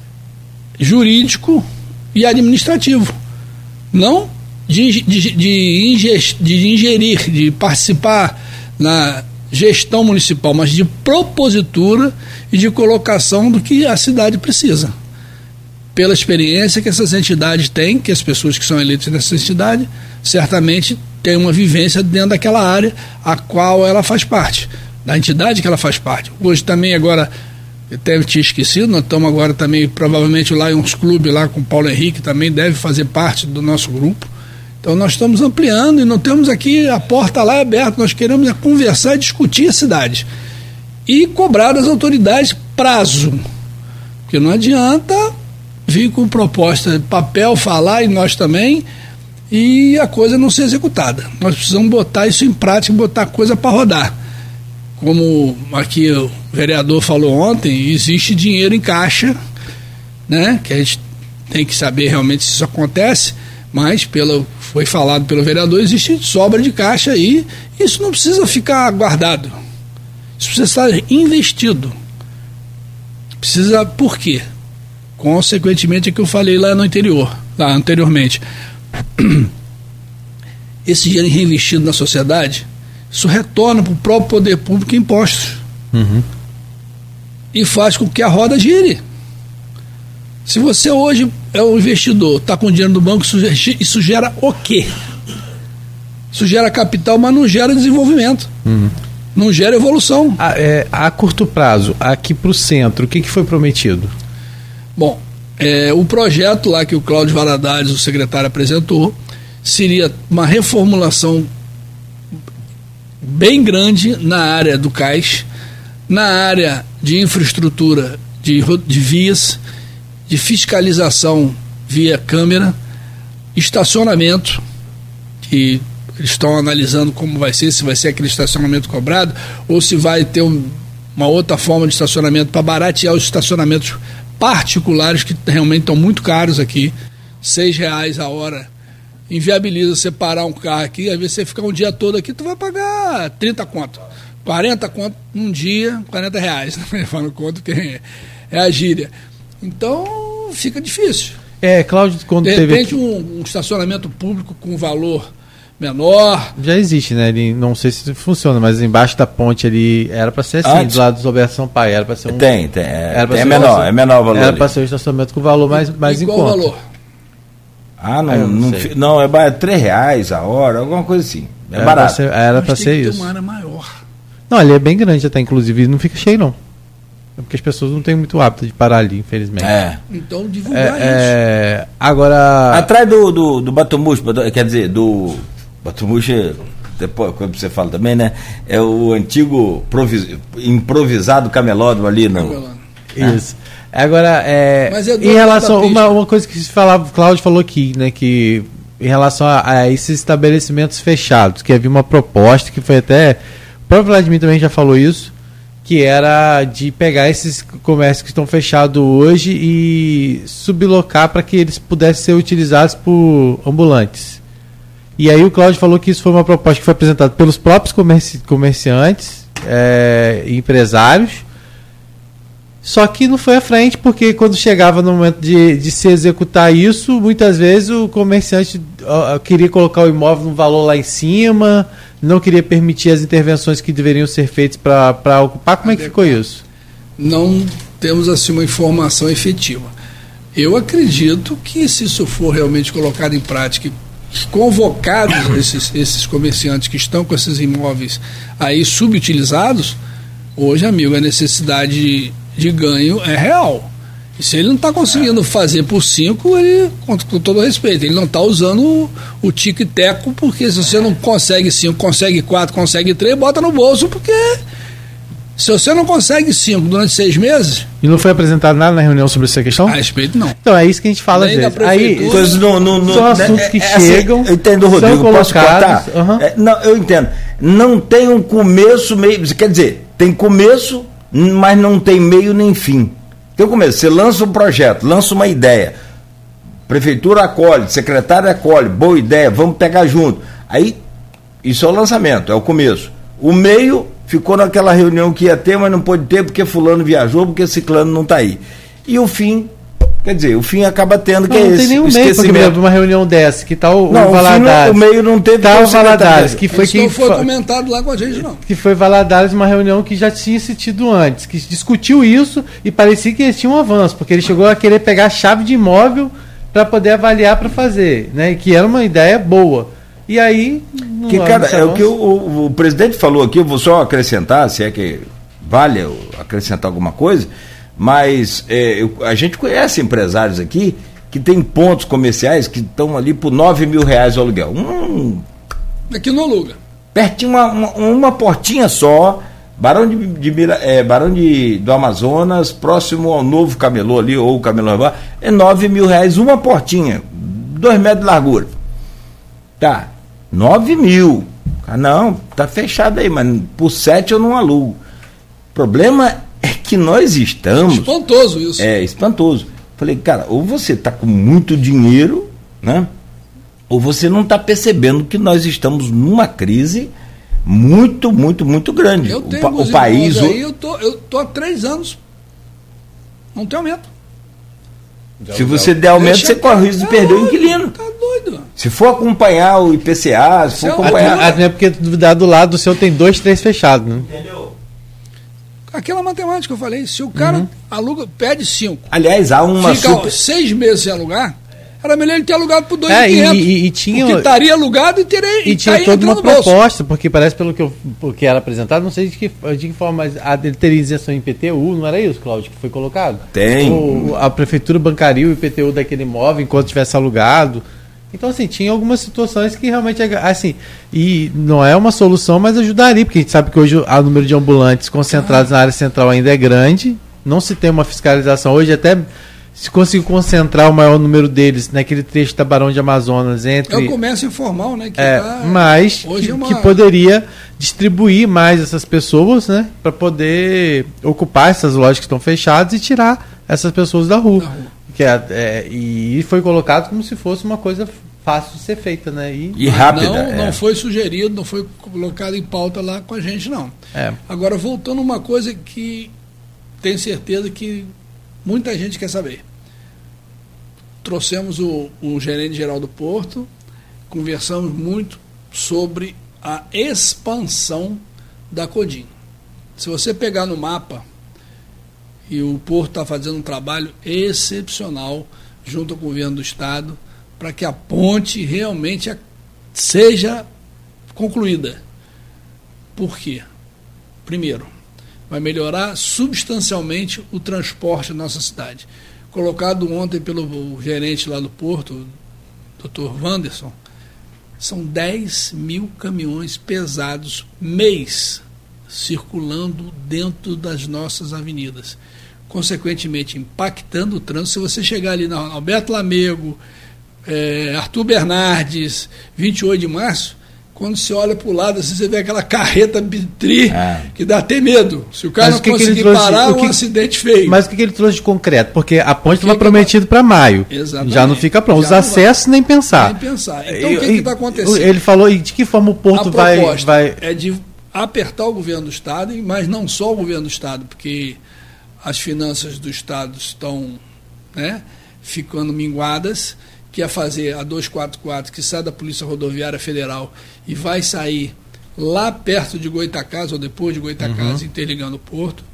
jurídico e administrativo. Não de ingerir, de participar na gestão municipal, mas de propositura e de colocação do que a cidade precisa. Pela experiência que essas entidades têm, que as pessoas que são eleitas nessa entidade, certamente têm uma vivência dentro daquela área a qual ela faz parte, da entidade que ela faz parte. Hoje também agora, eu até tinha esquecido, nós estamos agora também provavelmente lá em uns clubes lá com o Paulo Henrique, também deve fazer parte do nosso grupo. Então nós estamos ampliando e não temos aqui, a porta lá é aberta, nós queremos conversar e discutir a cidade. E cobrar das autoridades prazo, porque não adianta vir com proposta de papel, falar, e nós também, e a coisa não ser executada. Nós precisamos botar isso em prática, botar a coisa para rodar. Como aqui o vereador falou ontem, existe dinheiro em caixa, né, que a gente tem que saber realmente se isso acontece, mas foi falado pelo vereador, existe sobra de caixa aí, isso não precisa ficar guardado, isso precisa estar investido. Precisa, por quê? Consequentemente é que eu falei lá anteriormente. Esse dinheiro reinvestido na sociedade, isso retorna para o próprio poder público em impostos. E faz com que a roda gire. Se você hoje é um investidor, está com dinheiro no banco, isso gera o quê? Isso gera capital, mas não gera desenvolvimento. Não gera evolução. A curto prazo, aqui para o centro, o que foi prometido? Bom, o projeto lá que o Cláudio Valadares, o secretário, apresentou, seria uma reformulação bem grande na área do cais, na área de infraestrutura de vias, de fiscalização via câmera, estacionamento, que eles estão analisando como vai ser, se vai ser aquele estacionamento cobrado ou se vai ter uma outra forma de estacionamento para baratear os estacionamentos particulares que realmente estão muito caros aqui. R$6 a hora inviabiliza você parar um carro aqui, às vezes você ficar um dia todo aqui, tu vai pagar 30 conto, 40 conto num dia, R$40, né? Falando conto que é a gíria. Então fica difícil. Cláudio, quando de teve repente um estacionamento público com valor menor. Já existe, né? Ele, não sei se funciona, mas embaixo da ponte ali era para ser assim, do lado do Roberto Sampaio, era para ser um. Tem. É menor o valor. Era para ser um estacionamento com valor mais em conta. Qual o valor? Não, é R$3 a hora, alguma coisa assim. É barato. Era para ser isso. Uma área maior. Não, ele é bem grande até, inclusive, não fica cheio, não. É porque as pessoas não têm muito hábito de parar ali, infelizmente. Então divulgar isso. Agora. Atrás do Batumuxo, quer dizer, do Batumuxo, depois, como você fala também, né? É o antigo improvisado camelódromo ali no. Isso. Agora, em relação a uma coisa que se falava, o Cláudio falou aqui, né, que em relação a esses estabelecimentos fechados, que havia uma proposta que foi até, o próprio Vladimir também já falou isso, que era de pegar esses comércios que estão fechados hoje e sublocar para que eles pudessem ser utilizados por ambulantes. E aí o Cláudio falou que isso foi uma proposta que foi apresentada pelos próprios comerciantes e empresários. Só que não foi à frente, porque quando chegava no momento de se executar isso, muitas vezes o comerciante queria colocar o imóvel num valor lá em cima, não queria permitir as intervenções que deveriam ser feitas para ocupar. Como é que ficou isso? Não temos assim uma informação efetiva. Eu acredito que se isso for realmente colocado em prática, convocados esses comerciantes que estão com esses imóveis aí subutilizados, hoje, amigo, a necessidade de ganho é real. E se ele não está conseguindo fazer por 5, ele, com todo respeito, ele não está usando o tic-teco, porque se você não consegue 5, consegue 4, consegue 3, bota no bolso, porque se você não consegue 5 durante 6 meses... E não foi apresentado nada na reunião sobre essa questão? A respeito, não. Então é isso que a gente fala às vezes. Aí, são assuntos que chegam, assim, eu entendo, Rodrigo, posso cortar? Não, eu entendo. Não tem um começo, meio... Quer dizer, tem começo, mas não tem meio nem fim. Tem o começo, você lança um projeto, lança uma ideia, prefeitura acolhe, secretário acolhe, boa ideia, vamos pegar junto. Aí, isso é o lançamento, é o começo. O meio ficou naquela reunião que ia ter, mas não pôde ter porque fulano viajou, porque ciclano não está aí. E o fim, quer dizer, o fim acaba tendo que é esse. Não tem nenhum meio, porque uma reunião dessa, que tal o Valadares. O meio não teve tal o Valadares, que foi não foi comentado lá com a gente, não. Que foi Valadares, uma reunião que já tinha se tido antes, que discutiu isso e parecia que eles tinham um avanço, porque ele chegou a querer pegar a chave de imóvel para poder avaliar para fazer, né? Que era uma ideia boa. E aí... é o que o presidente falou aqui, eu vou só acrescentar, se é que vale acrescentar alguma coisa, mas a gente conhece empresários aqui que tem pontos comerciais que estão ali por R$9.000 o aluguel. Aqui não aluga. Pertinho, uma portinha só, Barão do Amazonas, próximo ao novo camelô ali, ou o camelô é R$9.000, uma portinha, 2 metros de largura. Tá, 9 mil. Não, tá fechado aí, mas por 7 eu não alugo. O problema é que nós estamos... Espantoso isso. É, espantoso. Falei, cara, ou você tá com muito dinheiro, né? Ou você não está percebendo que nós estamos numa crise muito, muito, muito grande. Eu tenho o país... Aí, eu tô há 3 anos, não tem aumento. Se você der aumento, você corre o risco de perder o inquilino. Tá doido. Se for acompanhar o IPCA, se for acompanhar... Até porque duvidar do lado do seu tem 2, 3 fechados, né? Entendeu? Aquela matemática que eu falei, se o cara aluga, pede 5. Aliás, há uma... Fica 6 meses sem alugar, era melhor ele ter alugado por 2.500. E tinha... Porque estaria alugado e tinha toda uma proposta, porque parece pelo que era apresentado, não sei de que forma, mas ele teria isenção em IPTU, não era isso, Cláudio, que foi colocado? Tem. A prefeitura bancaria o IPTU daquele imóvel enquanto tivesse alugado. Então, assim, tinha algumas situações que realmente, assim, e não é uma solução, mas ajudaria, porque a gente sabe que hoje o número de ambulantes concentrados na área central ainda é grande, não se tem uma fiscalização. Hoje até se conseguir concentrar o maior número deles naquele trecho da Barão de Amazonas entre... É o comércio informal, né? Que mas hoje que poderia distribuir mais essas pessoas, né? Para poder ocupar essas lojas que estão fechadas e tirar essas pessoas da rua. E foi colocado como se fosse uma coisa fácil de ser feita, né? E rápida. Não foi sugerido, não foi colocado em pauta lá com a gente, não. Agora, voltando a uma coisa que tenho certeza que muita gente quer saber. Trouxemos o gerente-geral do Porto, conversamos muito sobre a expansão da Codim. Se você pegar no mapa, e o Porto está fazendo um trabalho excepcional junto ao governo do Estado para que a ponte realmente seja concluída. Por quê? Primeiro, vai melhorar substancialmente o transporte na nossa cidade. Colocado ontem pelo gerente lá do Porto, Dr. Wanderson, são 10 mil caminhões pesados mês circulando dentro das nossas avenidas, consequentemente impactando o trânsito. Se você chegar ali na Alberto Lamego, Arthur Bernardes, 28 de março, quando você olha para o lado, assim, você vê aquela carreta bitri que dá até medo. Se o cara não conseguir parar, um acidente feio. Mas o que ele trouxe de concreto? Porque a ponte estava prometida para maio. Exatamente. Já não fica pronto. Os acessos nem pensar. Nem pensar. Então o que está acontecendo? Ele falou, e de que forma o Porto vai... é de apertar o governo do Estado, mas não só o governo do Estado, porque as finanças do Estado estão, né, ficando minguadas, que é fazer a 244, que sai da Polícia Rodoviária Federal e vai sair lá perto de Goitacazes, ou depois de Goitacazes, interligando o Porto,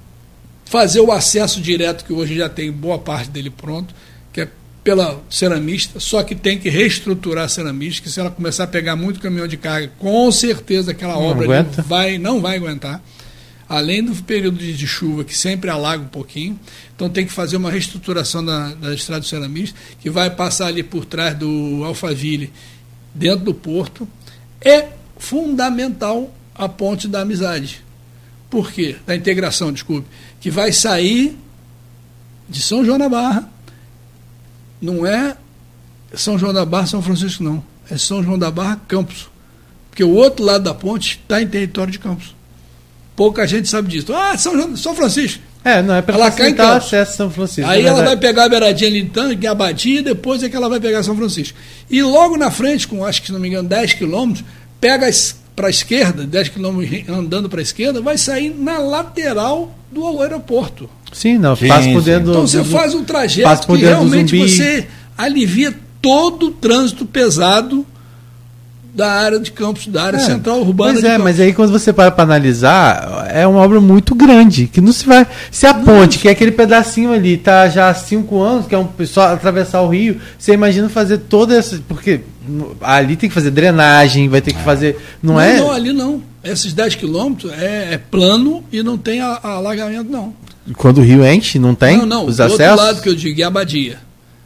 fazer o acesso direto, que hoje já tem boa parte dele pronto, que é pela ceramista, só que tem que reestruturar a ceramista, que se ela começar a pegar muito caminhão de carga, com certeza aquela obra não vai aguentar. Além do período de chuva, que sempre alaga um pouquinho, então tem que fazer uma reestruturação da estrada do ceramista, que vai passar ali por trás do Alphaville, dentro do Porto. É fundamental a ponte da amizade. Por quê? Da integração, desculpe. Que vai sair de São João da Barra. Não é São João da Barra, São Francisco, não. É São João da Barra, Campos. Porque o outro lado da ponte está em território de Campos. Pouca gente sabe disso. São Francisco. Não é para facilitar o acesso a São Francisco. Aí ela vai pegar a beiradinha ali em Abadia, e depois é que ela vai pegar São Francisco. E logo na frente, com acho que, se não me engano, 10 quilômetros, pega para a esquerda, 10 quilômetros andando para a esquerda, vai sair na lateral do aeroporto. Sim, passa por dentro. Então você faz um trajeto que realmente você alivia todo o trânsito pesado da área de Campos, da área central urbana de Campos. Mas aí quando você para analisar, é uma obra muito grande, que não se vai... Se a ponte, que é aquele pedacinho ali, tá já há 5 anos, que é só atravessar o rio, você imagina fazer toda essa... Porque ali tem que fazer drenagem, vai ter que fazer... Não, ali não. Esses 10 quilômetros é plano e não tem alagamento, não. Quando o rio enche, não tem os acessos? Do outro lado que eu digo, é Abadia.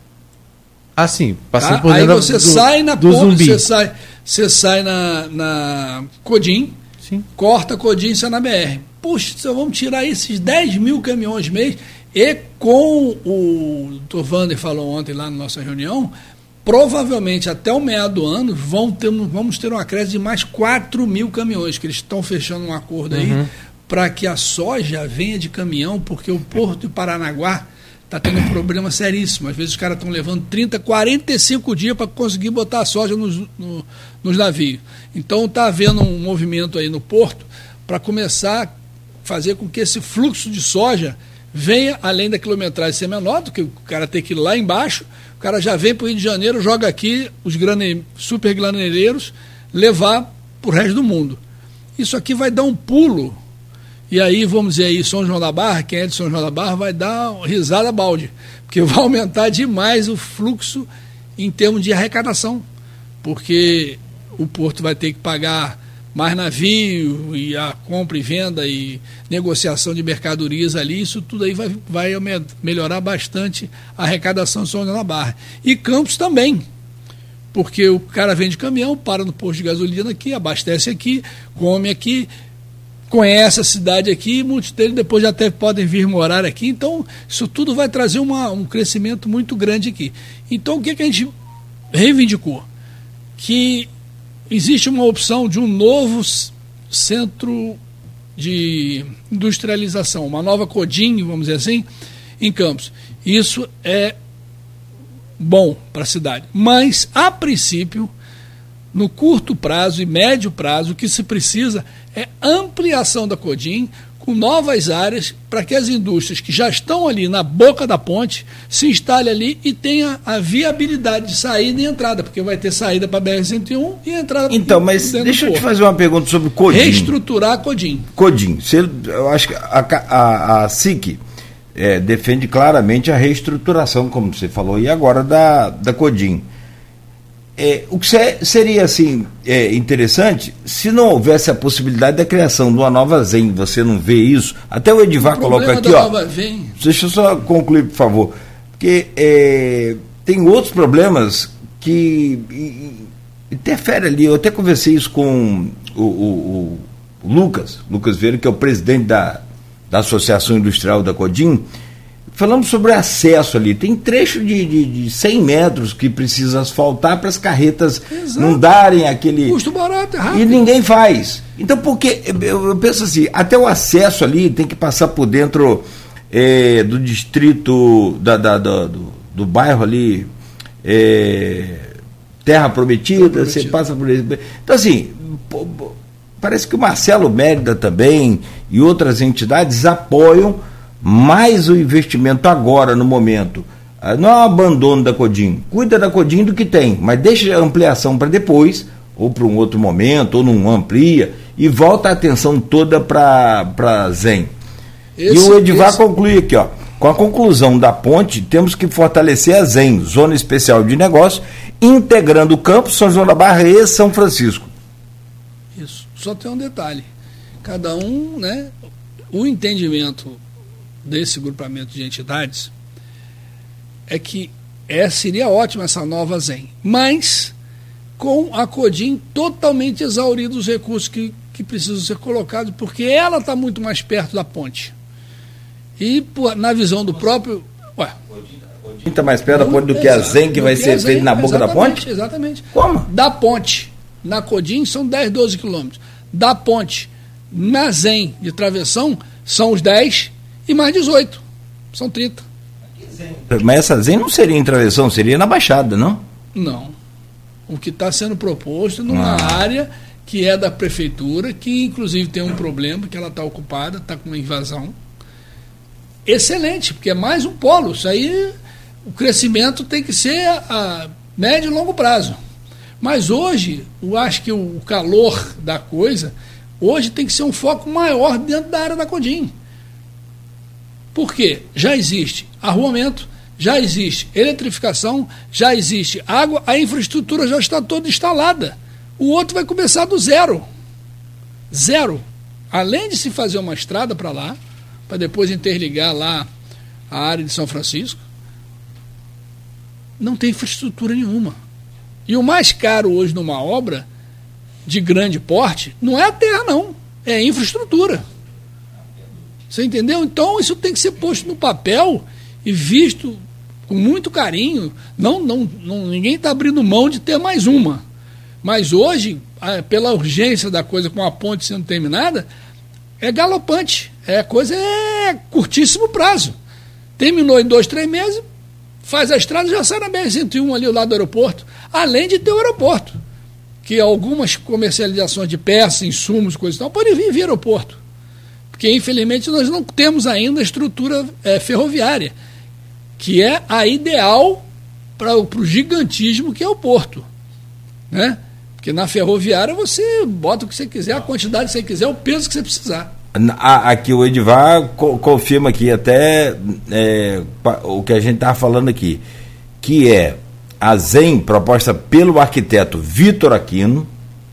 Sim, passando por dentro aí você sai na ponte, Zumbi. Você sai na Codim, sim, corta Codim e sai na BR. Puxa, só vamos tirar esses 10 mil caminhões mês, e com o Dr. Wander falou ontem lá na nossa reunião, provavelmente até o meio do ano vamos ter um acréscimo de mais 4.000 caminhões, que eles estão fechando um acordo aí para que a soja venha de caminhão, porque o Porto de Paranaguá está tendo um problema seríssimo. Às vezes os caras estão levando 30, 45 dias para conseguir botar a soja nos navios. Então está havendo um movimento aí no Porto para começar a fazer com que esse fluxo de soja venha, além da quilometragem ser menor, do que o cara ter que ir lá embaixo, o cara já vem para o Rio de Janeiro, joga aqui os super graneleiros, levar para o resto do mundo. Isso aqui vai dar um pulo, e aí, vamos dizer aí, São João da Barra, quem é de São João da Barra vai dar risada balde, porque vai aumentar demais o fluxo em termos de arrecadação, porque o Porto vai ter que pagar mais navio, e a compra e venda e negociação de mercadorias ali, isso tudo aí vai melhorar bastante a arrecadação de São João da Barra. E Campos também, porque o cara vem de caminhão, para no posto de gasolina aqui, abastece aqui, come aqui, conhece a cidade aqui, muitos deles depois já até podem vir morar aqui, então isso tudo vai trazer um crescimento muito grande aqui. Então o que a gente reivindicou? Que existe uma opção de um novo centro de industrialização, uma nova Codim, vamos dizer assim, em Campos. Isso é bom para a cidade, mas a princípio, no curto prazo e médio prazo, o que se precisa é ampliação da Codim com novas áreas para que as indústrias que já estão ali na boca da ponte se instalem ali e tenha a viabilidade de saída e entrada, porque vai ter saída para a BR-101 e entrada. Então, mas deixa eu te fazer uma pergunta sobre Codim. Reestruturar a Codim. Codim. Eu acho que a SIC defende claramente a reestruturação, como você falou, e agora da Codim. O que seria assim interessante se não houvesse a possibilidade da criação de uma nova ZEM. Você não vê isso? Até o Edivar coloca aqui, ó. Deixa eu só concluir, por favor. Porque tem outros problemas que interferem ali. Eu até conversei isso com o Lucas Vieira, que é o presidente da Associação Industrial da Codim. Falamos sobre acesso ali. Tem trecho de 100 metros que precisa asfaltar para as carretas não darem aquele... Custo barato, é rápido. E ninguém faz. Então, porque eu penso assim, até o acesso ali tem que passar por dentro do distrito, do bairro ali, Terra Prometida, você passa por... Então, assim, parece que o Marcelo Mérida também e outras entidades apoiam mais o investimento agora, no momento. Não é um abandono da Codim. Cuida da Codim do que tem, mas deixa a ampliação para depois, ou para um outro momento, ou não amplia, e volta a atenção toda para ZEM. E o Edivar conclui aqui, ó. Com a conclusão da ponte, temos que fortalecer a ZEM, Zona Especial de Negócio, integrando o Campos, São João da Barra e São Francisco. Isso. Só tem um detalhe. Cada um, né? O entendimento desse grupamento de entidades é que seria ótima essa nova ZEM, mas com a Codim totalmente exauridos os recursos que precisam ser colocados, porque ela está muito mais perto da ponte. E na visão do próprio... Codim está mais perto da ponte do que a ZEM, que vai ser feita na boca da ponte? Exatamente. Como? Da ponte, na Codim, são 10, 12 quilômetros. Da ponte, na ZEM de travessão, são os 10 e mais 18. São 30. Mas essa ZEM não seria em travessão, seria na Baixada, não? Não. O que está sendo proposto numa área que é da prefeitura, que inclusive tem um problema, que ela está ocupada, está com uma invasão. Excelente, porque é mais um polo. Isso aí, o crescimento tem que ser a médio e longo prazo. Mas hoje, eu acho que o calor da coisa, hoje tem que ser um foco maior dentro da área da Codim. Por quê? Já existe arruamento, já existe eletrificação, já existe água, a infraestrutura já está toda instalada. O outro vai começar do zero. Zero. Além de se fazer uma estrada para lá, para depois interligar lá a área de São Francisco, não tem infraestrutura nenhuma. E o mais caro hoje numa obra de grande porte não é a terra, não. É a infraestrutura. Você entendeu? Então isso tem que ser posto no papel e visto com muito carinho. Ninguém está abrindo mão de ter mais uma. Mas hoje, pela urgência da coisa, com a ponte sendo terminada, é galopante. Coisa é curtíssimo prazo. Terminou em 2, 3 meses, faz a estrada e já sai na BR-101 ali ao lado do aeroporto. Além de ter o aeroporto, que algumas comercializações de peças, insumos, coisas e tal, podem vir via aeroporto. Porque, infelizmente, nós não temos ainda a estrutura ferroviária, que é a ideal para o gigantismo que é o porto. Né? Porque na ferroviária você bota o que você quiser, a quantidade que você quiser, o peso que você precisar. Aqui o Edivar confirma aqui até o que a gente estava falando aqui, que é a ZEM, proposta pelo arquiteto Vitor Aquino,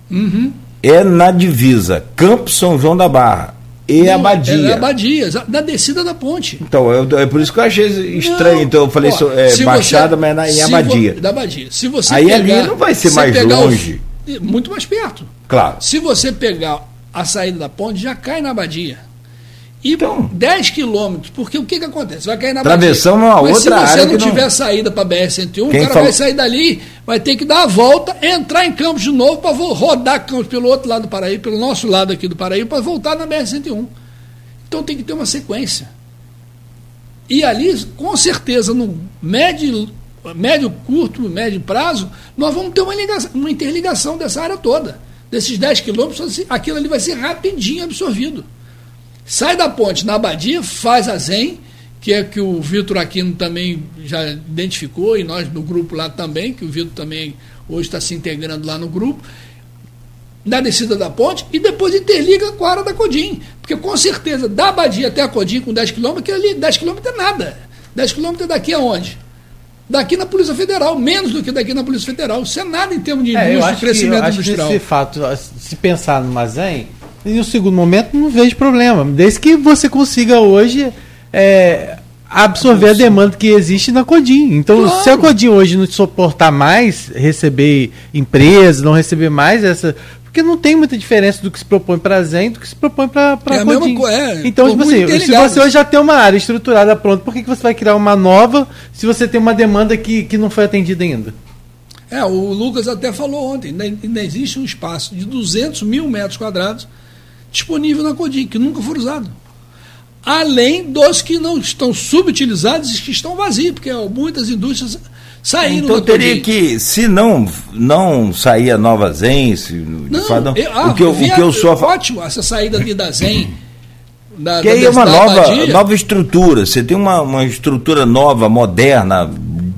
é na divisa Campos São João da Barra e Abadia. Abadia, na descida da ponte. Então, é por isso que eu achei estranho. Então eu falei, Baixada, mas em Abadia. Da Abadia. Se você aí ali não vai ser mais longe. Muito mais perto. Claro. Se você pegar a saída da ponte, já cai na Abadia. E então, 10 quilômetros, porque o que acontece? Vai cair na Abadia. Travessão é uma outra área. Se você não tiver saída para a BR-101, o cara vai sair dali, vai ter que dar a volta, entrar em Campos de novo para rodar Campos pelo outro lado do Paraíba, pelo nosso lado aqui do Paraíba, para voltar na BR-101. Então tem que ter uma sequência. E ali, com certeza, no médio, curto, médio prazo, nós vamos ter uma interligação dessa área toda. Desses 10 quilômetros, aquilo ali vai ser rapidinho absorvido. Sai da ponte na Abadia, faz a ZEM, que é que o Vitor Aquino também já identificou, e nós no grupo lá também, que o Vitor também hoje está se integrando lá no grupo, na descida da ponte, e depois interliga com a área da Codim. Porque com certeza, da Abadia até a Codim com 10 km, aquilo ali, 10 km é nada. 10 km é daqui aonde? Daqui na Polícia Federal, menos do que daqui na Polícia Federal. Isso é nada em termos de indústria e crescimento industrial. Nesse fato, se pensar numa ZEM, em um segundo momento não vejo problema, desde que você consiga hoje absorver a demanda que existe na Codim. Então, claro, se a Codim hoje não suportar mais receber empresas, não receber mais essa... Porque não tem muita diferença do que se propõe para a ZEM do que se propõe para a Codim. Então, tipo assim, se você hoje já tem uma área estruturada pronta, por que você vai criar uma nova se você tem uma demanda que não foi atendida ainda? O Lucas até falou ontem, ainda existe um espaço de 200 mil metros quadrados disponível na Codim, que nunca foi usado. Além dos que não estão subutilizados e que estão vazios, porque muitas indústrias saíram da Codim. Então teria que, se não sair a nova ZEM, o que eu sou... Ótimo, essa saída ali da ZEM, que aí é uma nova estrutura, você tem uma estrutura nova, moderna,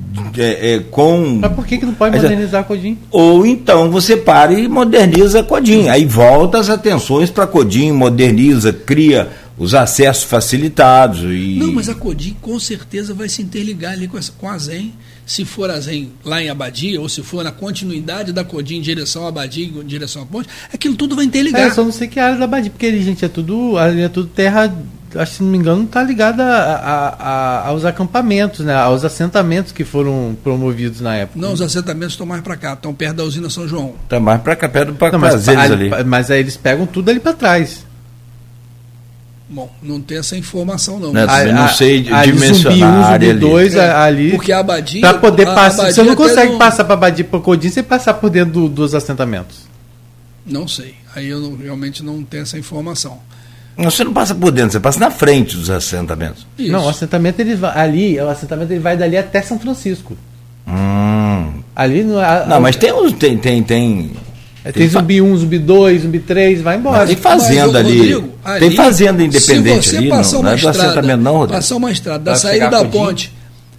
Mas por que não pode modernizar a Codim? Ou então você para e moderniza a Codim. Aí volta as atenções para a Codim, moderniza, cria os acessos facilitados. Não, mas a Codim com certeza vai se interligar ali com a ZEM, se for a ZEM lá em Abadia, ou se for na continuidade da Codim em direção a Abadia, em direção à ponte, aquilo tudo vai interligar. Eu só não sei que área da Abadia, porque ali, gente, é tudo terra... Acho que, se não me engano, está ligada aos acampamentos, né? Aos assentamentos que foram promovidos na época. Não, os assentamentos estão mais para cá, estão perto da usina São João. Está mais para cá, perto do Prazeres ali. Mas aí eles pegam tudo ali para trás. Bom, não tem essa informação não. Não sei dimensionar a área ali. 2 ali. Porque a Abadia... Para poder passar... Você não consegue passar para Abadia e para Codim sem passar por dentro dos assentamentos. Não sei. Aí eu realmente não tenho essa informação. Você não passa por dentro, você passa na frente dos assentamentos. Isso. Não, o assentamento ele vai dali até São Francisco. Ali mas tem tem Zumbi 1, Zumbi 2, Zumbi 3, vai embora. Tem fazenda ali. Rodrigo, tem fazenda independente ali, não é do assentamento não, Rodrigo. Passar uma estrada da saída da ponte.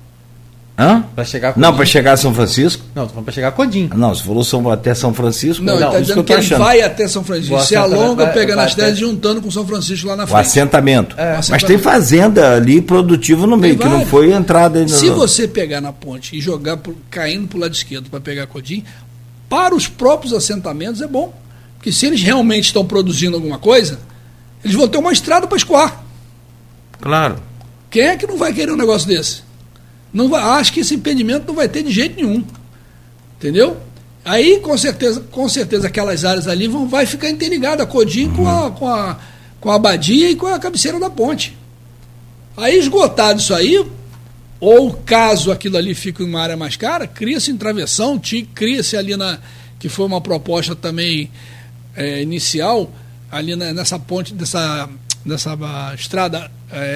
Para chegar a Codim. Não, para chegar a São Francisco? Não, para chegar a Codim. Não, você falou até São Francisco. Não, ele está dizendo que ele vai até São Francisco. Se alonga, pegando as terras e juntando com São Francisco lá na frente. O assentamento. Mas tem fazenda ali produtiva no meio, que não foi entrada ainda. Se você pegar na ponte e jogar caindo para o lado esquerdo para pegar a Codim, para os próprios assentamentos é bom. Porque se eles realmente estão produzindo alguma coisa, eles vão ter uma estrada para escoar. Claro. Quem é que não vai querer um negócio desse? Não vai, acho que esse impedimento não vai ter de jeito nenhum. Entendeu? Aí, com certeza aquelas áreas ali vai ficar interligada a Codim com a Abadia e com a cabeceira da ponte. Aí, esgotado isso aí, ou caso aquilo ali fique uma área mais cara, cria-se em travessão, cria-se ali que foi uma proposta também inicial, ali nessa ponte, dessa estrada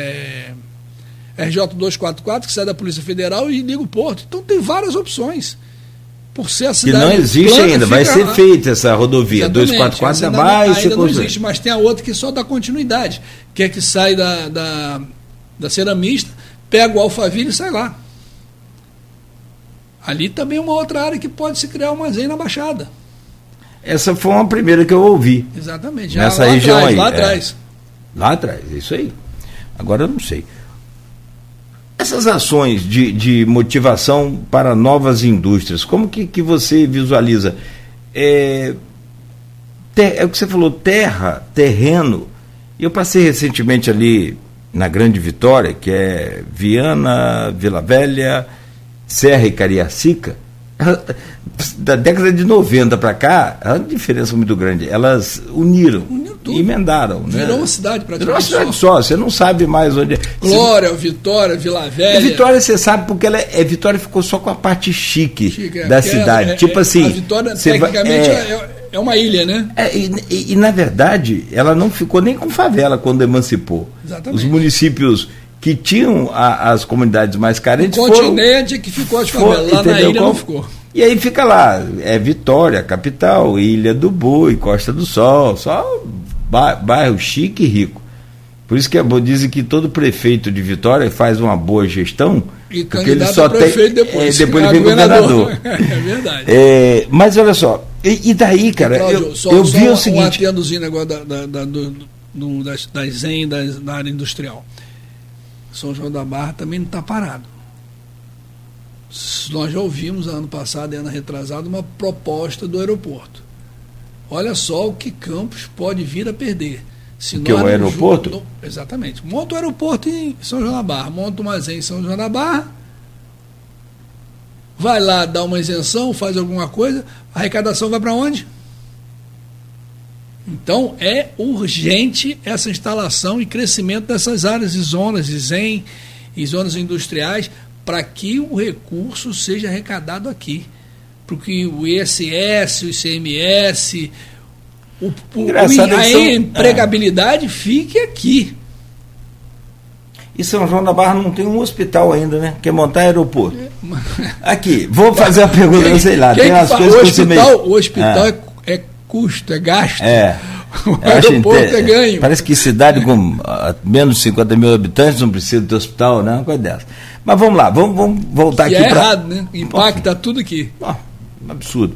RJ 244, que sai da Polícia Federal e liga o porto. Então tem várias opções. Por ser a cidade. Que não existe plana, ainda, vai ser feita essa rodovia. 244 ainda não existe, mas tem a outra que só dá continuidade, que é que sai da Ceramista, pega o Alphaville e sai lá. Ali também é uma outra área que pode se criar um armazém na Baixada. Essa foi uma primeira que eu ouvi. Exatamente. Nessa região atrás, aí. Lá atrás. Lá atrás, é isso aí. Agora eu não sei. Essas ações de motivação para novas indústrias, como que você visualiza? É o que você falou, terreno. Eu passei recentemente ali na Grande Vitória, que é Viana, Vila Velha, Serra e Cariacica. Da década de 90 para cá, há uma diferença muito grande. Elas uniram tudo. Emendaram. Virou uma cidade praticamente. Virou uma cidade só. Você não sabe mais onde é. Glória, Vitória, Vila Velha. E Vitória você sabe porque Vitória ficou só com a parte chique da cidade. Tipo assim. A Vitória, tecnicamente, é uma ilha, né? E na verdade, ela não ficou nem com favela quando emancipou. Exatamente. Os municípios que tinham as comunidades mais carentes. O continente que ficou as favelas. Lá na ilha não ficou. E aí fica lá, Vitória, capital, Ilha do Boi, Costa do Sol, só bairro chique e rico. Por isso que dizem que todo prefeito de Vitória faz uma boa gestão, e porque ele só prefeito depois ele vem governador. É verdade. Mas olha só, e daí, cara, Cláudio, eu vi o seguinte... Um atendozinho agora das ZEM, da área industrial. São João da Barra também não está parado. Nós já ouvimos ano passado e ano retrasado uma proposta do aeroporto. Olha só o que Campos pode vir a perder. Que é o aeroporto? Exatamente. Monta o aeroporto em São João da Barra, monta uma ZEM em São João da Barra, vai lá dar uma isenção, faz alguma coisa, a arrecadação vai para onde? Então é urgente essa instalação e crescimento dessas áreas e zonas de ZEM e zonas industriais, para que o recurso seja arrecadado aqui, porque o ISS, o ICMS, a empregabilidade fique aqui. E São João da Barra não tem um hospital ainda, né? Quer montar aeroporto. Aqui, vou fazer uma pergunta, sei lá. Tem umas coisas o hospital é custo, é gasto. O aeroporto é ganho. Parece que cidade com menos de 50 mil habitantes não precisa de hospital, né? Uma coisa dessa. Mas vamos lá, vamos voltar aqui para... errado, né? Impacta tudo aqui. Um absurdo.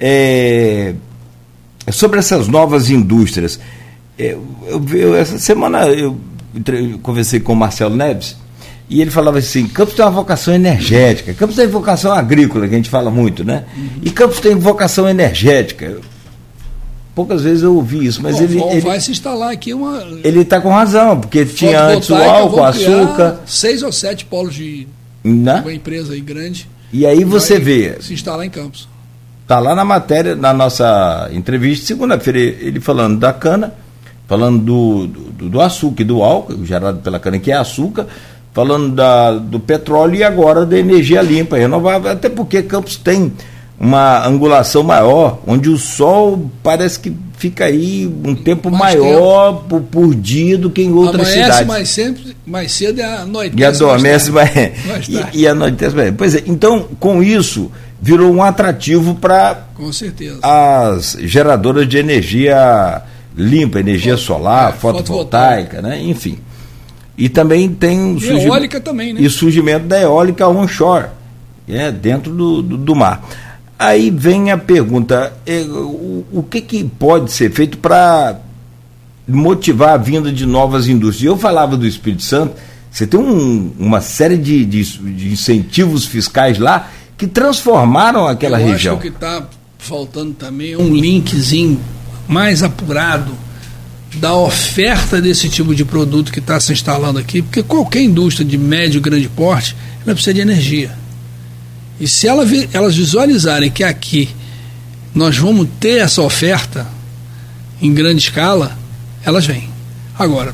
Sobre essas novas indústrias, essa semana eu conversei com o Marcelo Neves e ele falava assim: Campos tem uma vocação energética, Campos tem vocação agrícola, que a gente fala muito, né? E Campos tem vocação energética. Poucas vezes eu ouvi isso, mas ele vai se instalar aqui uma... Ele está com razão, porque tinha antes o álcool, açúcar... 6 ou 7 polos de uma empresa aí grande. E aí você vê... Se instalar em Campos. Está lá na matéria, na nossa entrevista, segunda-feira, ele falando da cana, falando do açúcar e do álcool, gerado pela cana, que é açúcar, falando do petróleo e agora da energia limpa, renovável, até porque Campos tem uma angulação maior, onde o sol parece que fica aí um tempo maior por dia do que em outras cidades. Mais cedo e anoitece. E adormece e anoitece mais. Pois é, então, com isso, virou um atrativo para as geradoras de energia limpa, energia solar, fotovoltaica, né? Enfim. E também tem eólica também, né? E surgimento da eólica onshore, dentro do mar. Aí vem a pergunta, o que pode ser feito para motivar a vinda de novas indústrias? Eu falava do Espírito Santo, você tem uma série de incentivos fiscais lá que transformaram aquela região. Eu acho que o que está faltando também é um linkzinho mais apurado da oferta desse tipo de produto que está se instalando aqui, porque qualquer indústria de médio e grande porte, ela precisa de energia. E se elas visualizarem que aqui nós vamos ter essa oferta em grande escala, elas vêm. Agora,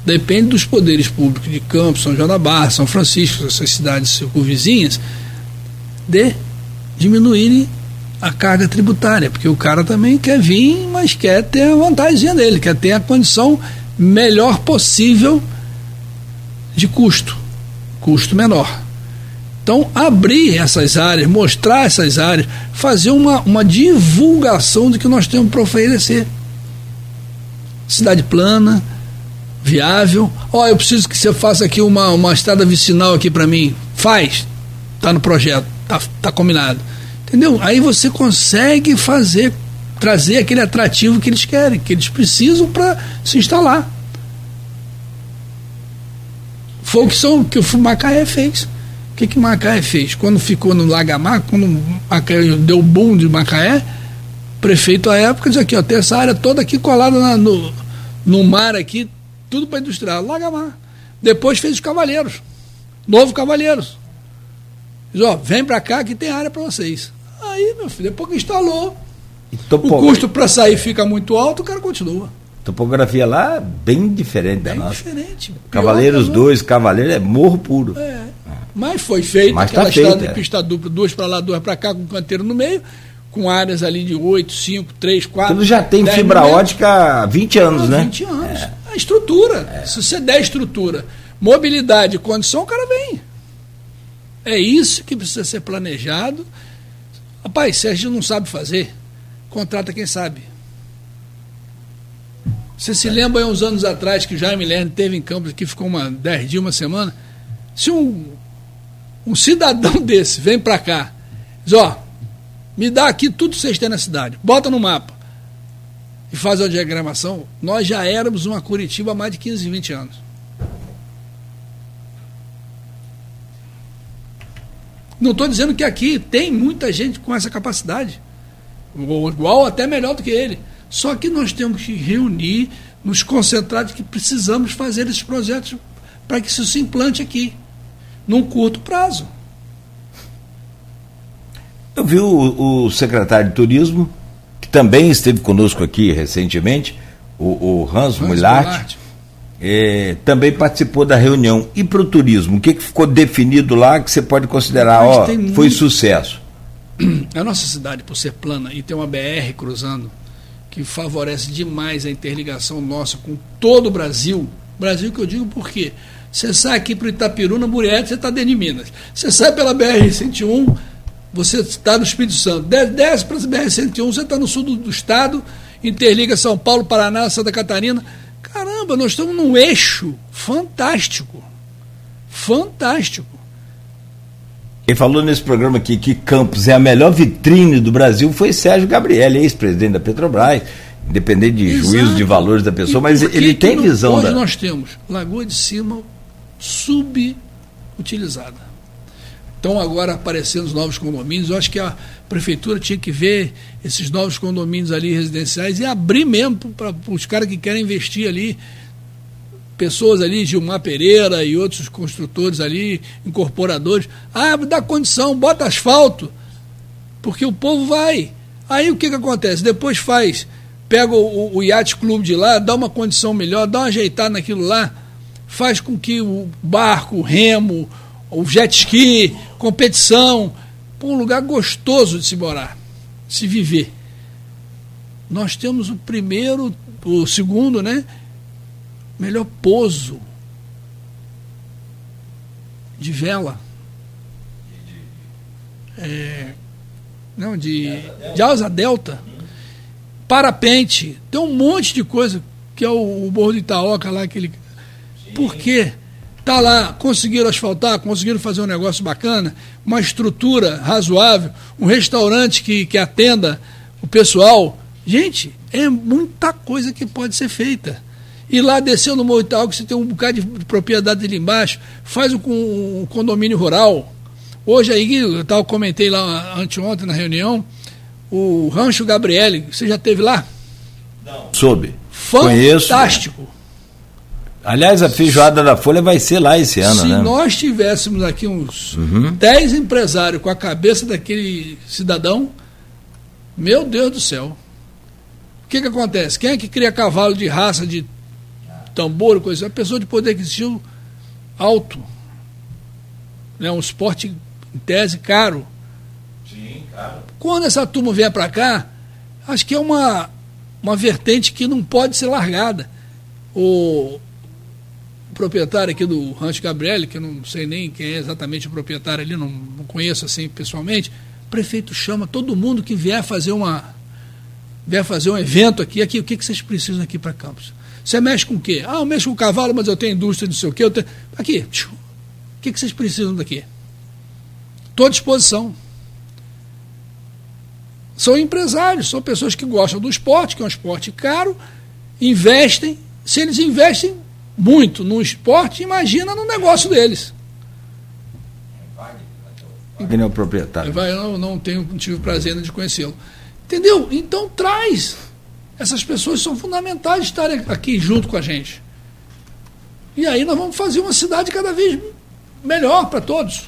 depende dos poderes públicos de Campos, São João da Barra, São Francisco, essas cidades circunvizinhas, de diminuírem a carga tributária, porque o cara também quer vir, mas quer ter a vantagem dele, quer ter a condição melhor possível de custo menor. Então, abrir essas áreas, mostrar essas áreas, fazer uma divulgação do que nós temos para oferecer. Cidade plana, viável. Eu preciso que você faça aqui uma estrada vicinal aqui para mim. Faz. Está no projeto, tá combinado. Entendeu? Aí você consegue trazer aquele atrativo que eles querem, que eles precisam para se instalar. Foi o que o Macaé fez. O que Macaé fez? Quando ficou no Lagamar, quando Macaé deu o boom de Macaé, o prefeito à época disse aqui, tem essa área toda aqui colada no mar aqui, tudo para industrial, Lagamar. Depois fez os Cavaleiros, Novo Cavaleiros. Diz, vem para cá que tem área para vocês. Aí, meu filho, depois que instalou, o custo para sair fica muito alto, o cara continua. Topografia lá bem diferente da nossa. Diferente. Cavaleiros 2, Cavaleiros é morro puro. Mas foi feito, mas aquela estrada de pista dupla, 2 para lá, 2 para cá, com canteiro no meio, com áreas ali de 8, 5, 3, 4. Tudo já tem fibra ótica há 20 anos, né? 20 anos. A estrutura. Se você der estrutura, mobilidade, condição, o cara vem. É isso que precisa ser planejado. Rapaz, se a gente não sabe fazer, contrata quem sabe. Você se lembra, uns anos atrás, que o Jaime Lerner teve em Campos aqui, ficou 10 dias, uma semana. Se um cidadão desse vem para cá, diz, me dá aqui tudo que vocês têm na cidade, bota no mapa e faz a diagramação, nós já éramos uma Curitiba há mais de 15, 20 anos. Não estou dizendo que aqui tem muita gente com essa capacidade, igual ou até melhor do que ele. Só que nós temos que reunir, nos concentrar de que precisamos fazer esses projetos para que isso se implante aqui, num curto prazo. Eu vi o secretário de Turismo, que também esteve conosco aqui recentemente, o Hans Mullart, também participou da reunião. E para o turismo, o que ficou definido lá que você pode considerar, foi sucesso? A nossa cidade, por ser plana e ter uma BR cruzando, que favorece demais a interligação nossa com todo o Brasil. Brasil que eu digo por quê? Você sai aqui para o Itapiruna, Muriete, você está dentro de Minas. Você sai pela BR-101, você está no Espírito Santo. Desce para a BR-101, você está no sul do estado, interliga São Paulo, Paraná, Santa Catarina. Caramba, nós estamos num eixo fantástico. Fantástico. Quem falou nesse programa aqui que Campos é a melhor vitrine do Brasil foi Sérgio Gabrielli, ex-presidente da Petrobras, independente de juízo de valores da pessoa, mas ele tem visão. Hoje nós temos Lagoa de Cima subutilizada. Estão agora aparecendo os novos condomínios. Eu acho que a prefeitura tinha que ver esses novos condomínios ali residenciais e abrir mesmo para os caras que querem investir ali. Pessoas ali, Gilmar Pereira e outros construtores ali, incorporadores, dá condição, bota asfalto, porque o povo vai. Aí o que acontece? Depois pega o Yacht Clube de lá, dá uma condição melhor, dá uma ajeitada naquilo lá, faz com que o barco, o remo, o jet ski, competição, um lugar gostoso de se morar, de se viver. Nós temos o segundo, né? Melhor pouso de vela. De asa delta. Parapente. Tem um monte de coisa, que é o Morro do Itaoca lá. Por quê? Está lá, conseguiram asfaltar, conseguiram fazer um negócio bacana, uma estrutura razoável, um restaurante que atenda o pessoal. Gente, é muita coisa que pode ser feita. E lá descendo no Morro Itaú, você tem um bocado de propriedade ali embaixo, faz um condomínio rural. Hoje aí, eu comentei lá anteontem na reunião, o Rancho Gabrielli, você já esteve lá? Não. Soube. Fantástico. Conheço. Aliás, a feijoada da Folha vai ser lá esse ano, né? Se nós tivéssemos aqui uns 10 empresários com a cabeça daquele cidadão, meu Deus do céu. O que acontece? Quem é que cria cavalo de raça de tambor, coisa, a pessoa de poder aquisitivo alto. É um esporte, em tese, caro. Sim, caro. Quando essa turma vier para cá, acho que é uma vertente que não pode ser largada. O proprietário aqui do Rancho Gabriele, que eu não sei nem quem é exatamente o proprietário ali, não conheço assim pessoalmente, o prefeito chama todo mundo que vier fazer um evento aqui, o que vocês precisam aqui para Campos? Você mexe com o quê? Eu mexo com cavalo, mas eu tenho indústria, não sei o quê. Aqui, o que vocês precisam daqui? Estou à disposição. São empresários, são pessoas que gostam do esporte, que é um esporte caro, investem. Se eles investem muito no esporte, imagina no negócio deles. Quem é o proprietário? Eu não tive o prazer de conhecê-lo. Entendeu? Então traz. Essas pessoas são fundamentais de estarem aqui junto com a gente. E aí nós vamos fazer uma cidade cada vez melhor para todos.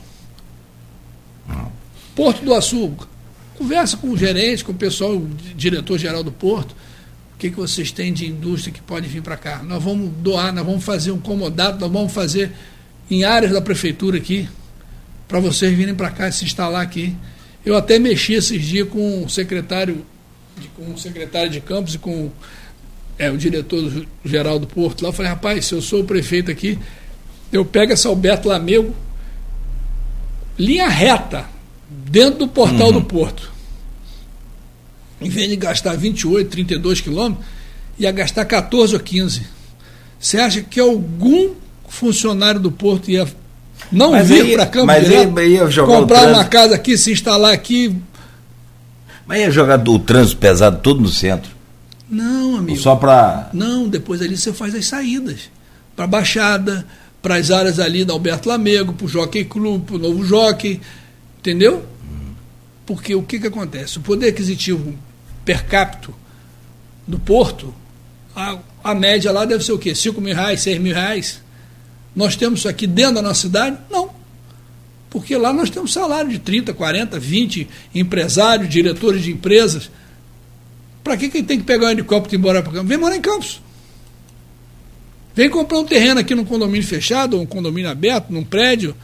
Porto do Açúcar. Conversa com o gerente, com o pessoal, o diretor-geral do Porto. O que vocês têm de indústria que pode vir para cá? Nós vamos doar, nós vamos fazer um comodato, nós vamos fazer em áreas da prefeitura aqui, para vocês virem para cá e se instalar aqui. Eu até mexi esses dias com o secretário de Campos e com o diretor-geral do Porto lá. Eu falei, rapaz, se eu sou o prefeito aqui, eu pego essa Alberto Lamego, linha reta, dentro do portal do Porto. Em vez de gastar 28, 32 quilômetros, ia gastar 14 ou 15. Você acha que algum funcionário do Porto ia vir para Campos direto, comprar uma casa aqui, se instalar aqui? Mas ia jogar o trânsito pesado todo no centro? Não, amigo. Só para... Não, depois ali você faz as saídas. Para a Baixada, para as áreas ali da Alberto Lamego, para o Jockey Club, para o Novo Jockey. Entendeu? Porque o que acontece? O poder aquisitivo per capita do Porto, a média lá deve ser o quê? R$5.000, R$6.000? Nós temos isso aqui dentro da nossa cidade? Não. Porque lá nós temos salário de 30, 40, 20 empresários, diretores de empresas. Para que tem que pegar um helicóptero e ir embora para Campos? Vem morar em Campos. Vem comprar um terreno aqui num condomínio fechado, ou um condomínio aberto, num prédio.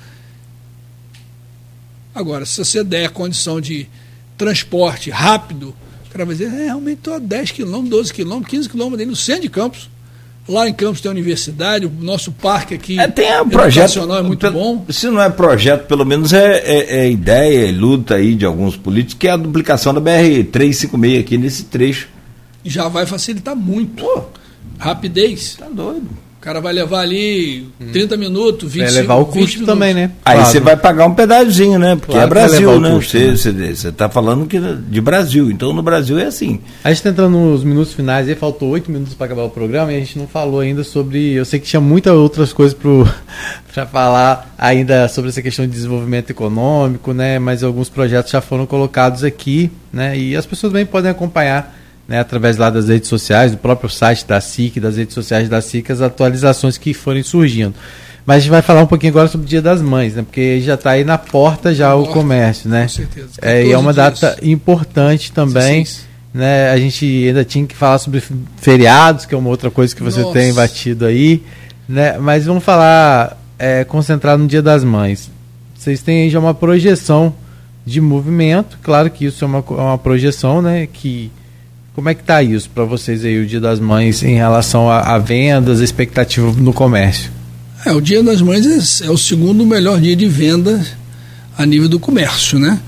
Agora, se você der a condição de transporte rápido, o cara vai dizer, realmente estou a 10 km, 12 km, 15 km no centro de Campos. Lá em Campos tem a universidade, o nosso parque aqui tem um projeto é muito bom. Se não é projeto, pelo menos é ideia e luta aí de alguns políticos, que é a duplicação da BR-356 aqui nesse trecho. Já vai facilitar muito. Rapidez. Tá doido. O cara vai levar ali 30 minutos, 25 vai levar o custo também, né? Aí você vai pagar um pedacinho, né? Porque claro, é Brasil, né? Custo, você está falando de Brasil, então no Brasil é assim. A gente está entrando nos minutos finais, aí faltou 8 minutos para acabar o programa e a gente não falou ainda sobre... Eu sei que tinha muitas outras coisas para falar ainda sobre essa questão de desenvolvimento econômico, né? Mas alguns projetos já foram colocados aqui, né? E as pessoas também podem acompanhar, né, através lá das redes sociais, do próprio site da SIC, das redes sociais da SIC, as atualizações que forem surgindo. Mas a gente vai falar um pouquinho agora sobre o Dia das Mães, né, porque já está aí na porta já o comércio, né? Com certeza. E é uma data importante também, né? A gente ainda tinha que falar sobre feriados, que é uma outra coisa que você tem batido aí, né? Mas vamos falar, concentrado no Dia das Mães. Vocês têm aí já uma projeção de movimento, claro que isso é uma projeção, né, que... Como é que está isso para vocês aí, o Dia das Mães, em relação a vendas, a expectativa no comércio? O Dia das Mães é o segundo melhor dia de venda a nível do comércio, né?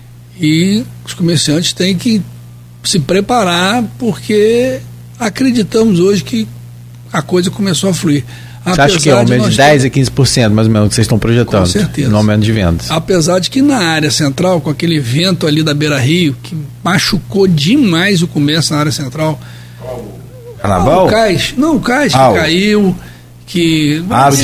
E os comerciantes têm que se preparar, porque acreditamos hoje que a coisa começou a fluir. Você acha que é um aumento de 10% a 15%, mais ou menos, que vocês estão projetando? Com certeza. No aumento de vendas. Apesar de que na área central, com aquele vento ali da Beira Rio, que machucou demais o comércio na área central. Carnaval? O cais que caiu, que...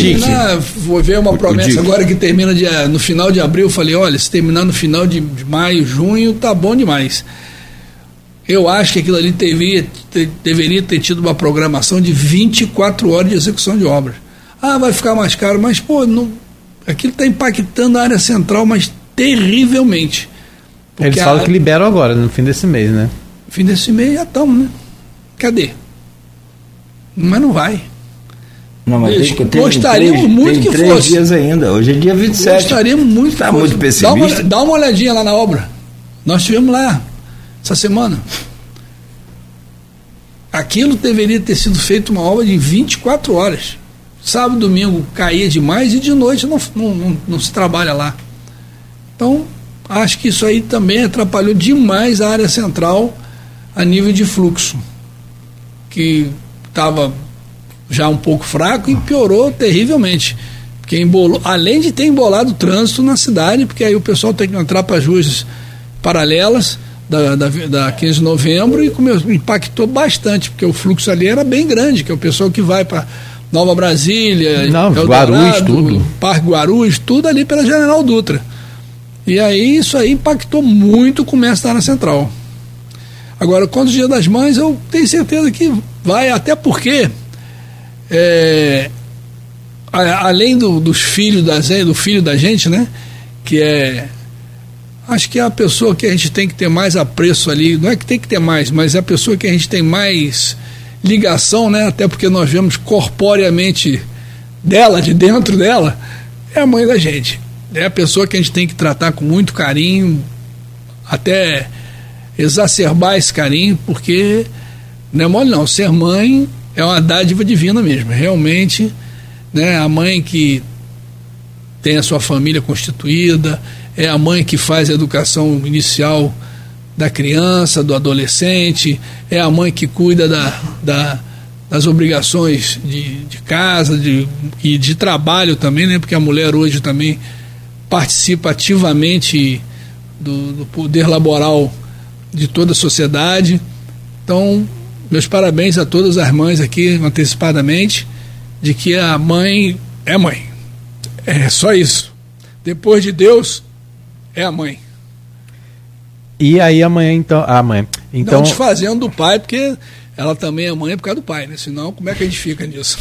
Vou ver uma promessa agora que termina no final de abril. Eu falei, olha, se terminar no final de maio, junho, tá bom demais. Eu acho que aquilo ali deveria ter tido uma programação de 24 horas de execução de obras. Vai ficar mais caro, mas, aquilo está impactando a área central, mas terrivelmente. Eles falam que liberam agora, no fim desse mês, né? Fim desse mês já estamos, né? Cadê? Mas não vai. Não, mas gostaríamos muito que fosse. 3 dias ainda, hoje é dia 27. Gostaríamos muito que fosse. Está muito pessimista. Dá uma olhadinha lá na obra. Nós estivemos lá essa semana. Aquilo deveria ter sido feito uma obra de 24 horas. Sábado, domingo caía demais e de noite não se trabalha lá. Então, acho que isso aí também atrapalhou demais a área central a nível de fluxo, que estava já um pouco fraco e piorou terrivelmente. Porque embolou, além de ter embolado o trânsito na cidade, porque aí o pessoal tem que entrar para as ruas paralelas da 15 de novembro e impactou bastante, porque o fluxo ali era bem grande, que é o pessoal que vai para Nova Brasília, Guarulhos, tudo. Parque Guarulhos, tudo ali pela General Dutra. E aí isso aí impactou muito o comércio da área central. Agora, quanto ao Dia das Mães, eu tenho certeza que vai, até porque além do filho da gente, né, que acho que é a pessoa que a gente tem que ter mais apreço ali, não é que tem que ter mais, mas é a pessoa que a gente tem mais ligação, né, até porque nós vemos corporeamente dela, de dentro dela, é a mãe da gente. É a pessoa que a gente tem que tratar com muito carinho, até exacerbar esse carinho, porque não é mole não, ser mãe é uma dádiva divina mesmo, realmente, né, a mãe que tem a sua família constituída, é a mãe que faz a educação inicial da criança, do adolescente, é a mãe que cuida das obrigações de casa e de trabalho também, né, porque a mulher hoje também participa ativamente do poder laboral de toda a sociedade. Então, meus parabéns a todas as mães aqui, antecipadamente, de que a mãe é mãe. É só isso. Depois de Deus, é a mãe. E aí a mãe, então... Não desfazendo do pai, porque ela também é mãe por causa do pai, né? Senão, como é que a gente fica nisso?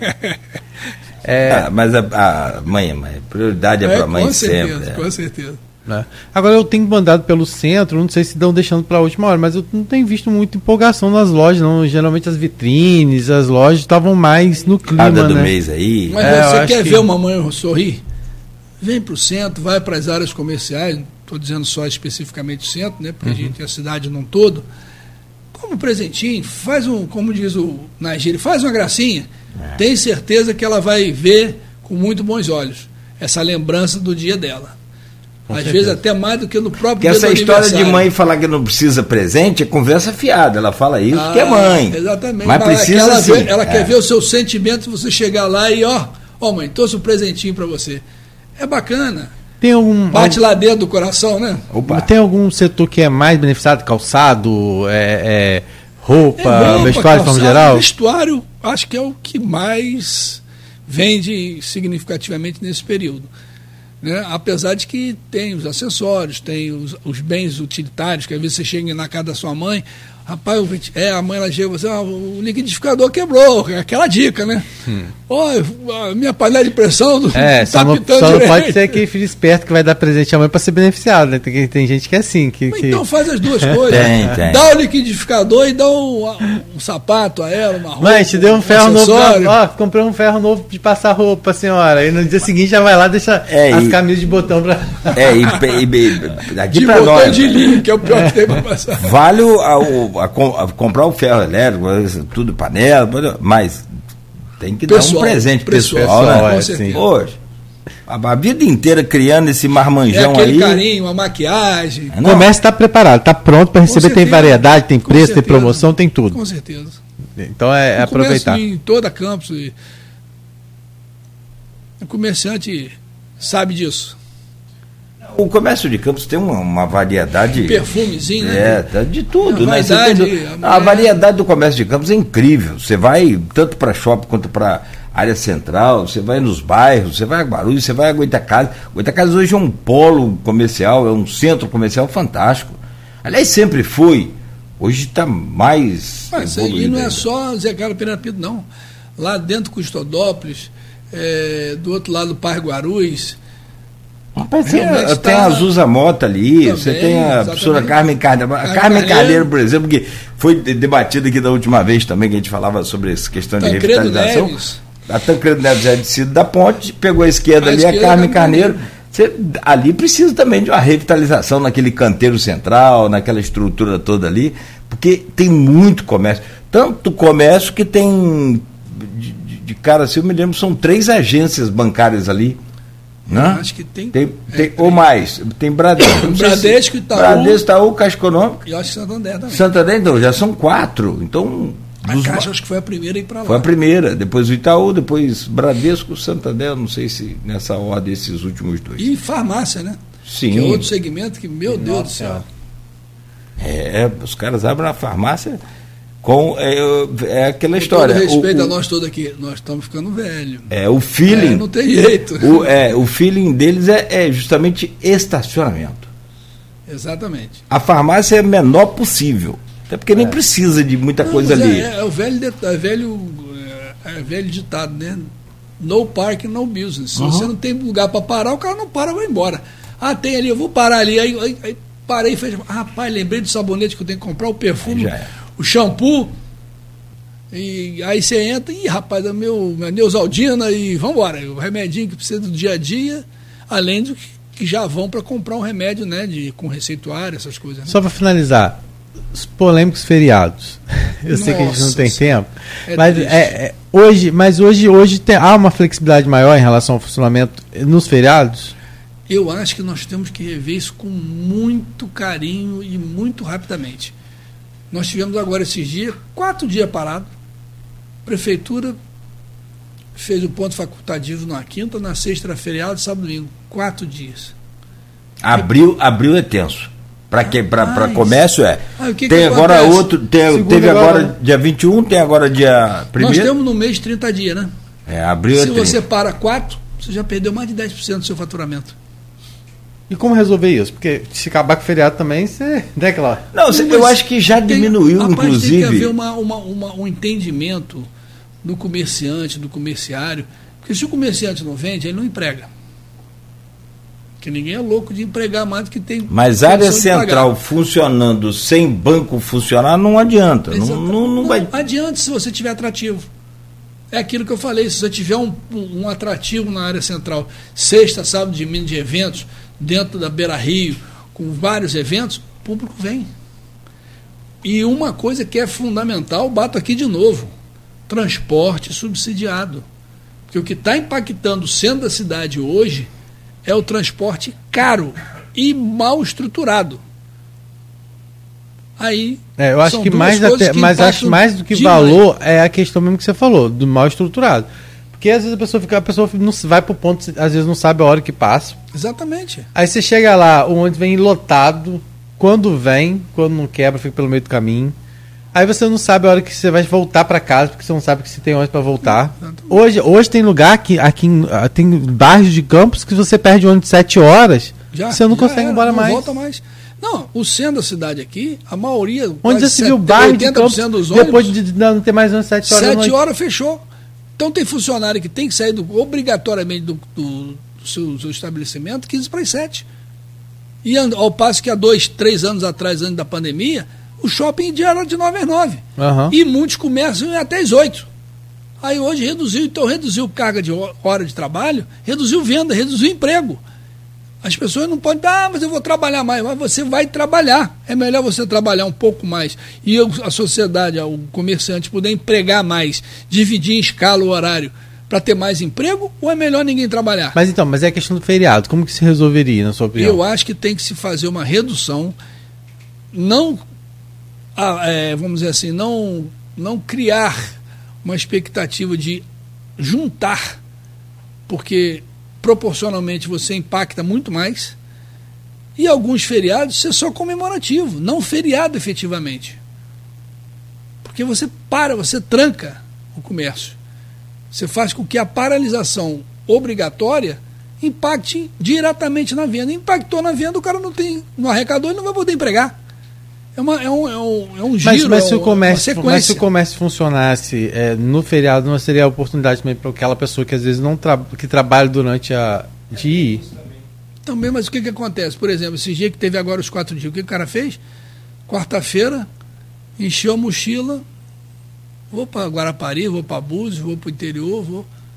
Mas a mãe é mãe. Prioridade é para a mãe sempre. Com certeza. Agora eu tenho mandado pelo centro, não sei se estão deixando para a última hora, mas eu não tenho visto muita empolgação nas lojas, não. Geralmente as vitrines, as lojas estavam mais no clima, Cada do mês aí. Mas você quer ver uma mãe sorrir? Vem para o centro, vai para as áreas comerciais, não estou dizendo só especificamente o centro, né? Porque a gente tem a cidade num todo. Como presentinho, como diz o Nigéria, faz uma gracinha. Tem certeza que ela vai ver com muito bons olhos essa lembrança do dia dela. Às vezes até mais do que no próprio dia do aniversário. Porque essa história de mãe falar que não precisa presente é conversa fiada. Ela fala isso que é mãe. Exatamente. Mas precisa ela quer ver o seu sentimento, você chegar lá e mãe, trouxe um presentinho para você. É bacana. Bate lá dentro do coração, né? Opa. Tem algum setor que é mais beneficiado? Calçado, roupa, vestuário de forma geral? Vestuário, acho que é o que mais vende significativamente nesse período. Né? Apesar de que tem os acessórios, tem os bens utilitários, que às vezes você chega na casa da sua mãe, rapaz, a mãe ela chega e você, o liquidificador quebrou, aquela dica, né? A minha panela de pressão só não pode ser aquele filho esperto que vai dar presente à mãe para ser beneficiado, né? Tem gente que é assim. Então faz as duas coisas. Tem. Dá o liquidificador e dá um sapato a ela, uma roupa. Mãe, te deu um ferro novo. Comprei um ferro novo de passar roupa, senhora. E no dia seguinte já vai lá deixar as camisas de botão para. Daqui de pra botão nós. De linho, que é o pior que tem para passar. Vale comprar o ferro elétrico, tudo panela, mas tem que dar um presente pessoal, né? Hoje, a vida inteira criando esse marmanjão aí. Aquele carinho, a maquiagem. O comércio está preparado, está pronto para receber, tem variedade, tem preço, tem promoção, tem tudo. Com certeza. Então é aproveitar. Em toda a campus. O comerciante sabe disso. O comércio de Campos tem uma variedade. Perfumezinho, né? De tudo, né? A variedade do comércio de Campos é incrível. Você vai tanto para shopping quanto para área central, você vai nos bairros, você vai a Guarulhos, você vai a Goitacazes. Goitacazes hoje é um polo comercial, é um centro comercial fantástico. Aliás, sempre foi. Hoje está mais. Mas isso aí não é só Zé Carlos Pereira Pinto, não. Lá dentro Custodópolis, do outro lado do Parque Guarulhos. Rapaz, tem a Azusa Mota ali, também, você tem a professora Carmen Carneiro. A Carmen Carneiro, por exemplo, que foi debatida aqui da última vez também, que a gente falava sobre essa questão de revitalização. A Tancredo Neves é descido da ponte, pegou a esquerda ali, a Carme Carneiro. Ali precisa também de uma revitalização naquele canteiro central, naquela estrutura toda ali, porque tem muito comércio. Tanto comércio que tem, de cara assim, eu me lembro, são 3 agências bancárias ali. Né? Acho que tem ou mais. Tem Bradesco. Bradesco, Itaú, Caixa Econômica. E eu acho que Santander também. Santander, então, já são 4. Então. A Caixa acho que foi a primeira a ir para lá. Foi a primeira, depois o Itaú, depois Bradesco, Santander, não sei se nessa ordem esses últimos 2. E farmácia, né? Sim. Que é outro segmento que, meu Deus do céu. Os caras abrem a farmácia com. É aquela história. Com todo respeito a nós todos aqui, nós estamos ficando velhos. O feeling. Não tem jeito. O feeling deles é justamente estacionamento. Exatamente. A farmácia é a menor possível. Até porque nem precisa de muita coisa ali. É o velho ditado, né? No parking, no business. Se você não tem lugar para parar, o cara não para, vai embora. Tem ali, eu vou parar ali. Aí parei e falei, rapaz, lembrei do sabonete que eu tenho que comprar, o perfume, o shampoo. E aí você entra, rapaz, é minha Neusaldina e vambora. O remedinho que precisa do dia a dia, além do que já vão para comprar um remédio, né? Com receituário, essas coisas. Né? Só para finalizar. Os polêmicos feriados. Eu sei que a gente não tem tempo. Mas hoje há uma flexibilidade maior em relação ao funcionamento nos feriados? Eu acho que nós temos que rever isso com muito carinho e muito rapidamente. Nós tivemos agora esses dias, 4 dias parados. A prefeitura fez o ponto facultativo na quinta, na sexta era feriado, sábado e domingo. 4 dias. Abril é tenso. Para comércio tem agora acontece? Outro, teve agora dia 21, tem agora dia 1º. Nós temos no mês 30 dias, né? Abril Se você para 4, você já perdeu mais de 10% do seu faturamento. E como resolver isso? Porque se acabar com o feriado também, você... eu acho que já diminuiu, inclusive. Tem que haver um entendimento do comerciante, do comerciário, porque se o comerciante não vende, ele não emprega. Que ninguém é louco de empregar mais do que tem. Mas a área central funcionando sem banco funcionar não adianta. Não vai adianta se você tiver atrativo. É aquilo que eu falei, se você tiver um atrativo na área central, sexta, sábado, domingo de eventos, dentro da Beira Rio, com vários eventos, o público vem. E uma coisa que é fundamental, bato aqui de novo, transporte subsidiado. Porque o que está impactando o centro da cidade hoje é o transporte caro e mal estruturado. Aí eu acho que acho mais do que valor é a questão mesmo que você falou, do mal estruturado. Porque às vezes a pessoa não vai pro ponto, às vezes não sabe a hora que passa. Exatamente. Aí você chega lá, o ônibus vem lotado, quando não quebra, fica pelo meio do caminho. Aí você não sabe a hora que você vai voltar para casa, porque você não sabe que você tem ônibus para voltar. Hoje tem lugar aqui tem bairros de Campos que você perde ônibus 7 horas, você não consegue ir embora mais. Não volta mais. Não, o centro da cidade aqui, a maioria, onde você viu o bairro de Campos, dos ônibus, depois de não ter mais ônibus 7 horas. 7 horas fechou. Então tem funcionário que tem que sair obrigatoriamente do seu estabelecimento 15 para as 7. E ao passo que há 2, 3 anos atrás, antes da pandemia, o shopping era de 9 às 9. E muitos comércios até às 8. Aí hoje reduziu carga de hora de trabalho, reduziu venda, reduziu emprego. As pessoas não podem, mas eu vou trabalhar mais. Mas você vai trabalhar. É melhor você trabalhar um pouco mais e a sociedade, o comerciante poder empregar mais, dividir em escala o horário para ter mais emprego, ou é melhor ninguém trabalhar? Mas é a questão do feriado. Como que se resolveria, na sua opinião? Eu acho que tem que se fazer uma redução, vamos dizer assim, não criar uma expectativa de juntar, porque proporcionalmente você impacta muito mais, e alguns feriados ser só comemorativo, não feriado efetivamente, porque você tranca o comércio, você faz com que a paralisação obrigatória impacte diretamente na venda. Impactou na venda, o cara não arrecadou e não vai poder empregar. É um giro, mas se o comércio funcionasse no feriado, não seria a oportunidade também para aquela pessoa que às vezes que trabalha durante de ir? Também, mas o que acontece? Por exemplo, esse dia que teve agora os 4 dias, o que o cara fez? Quarta-feira, encheu a mochila, vou para Guarapari, vou para Búzios, vou para o interior,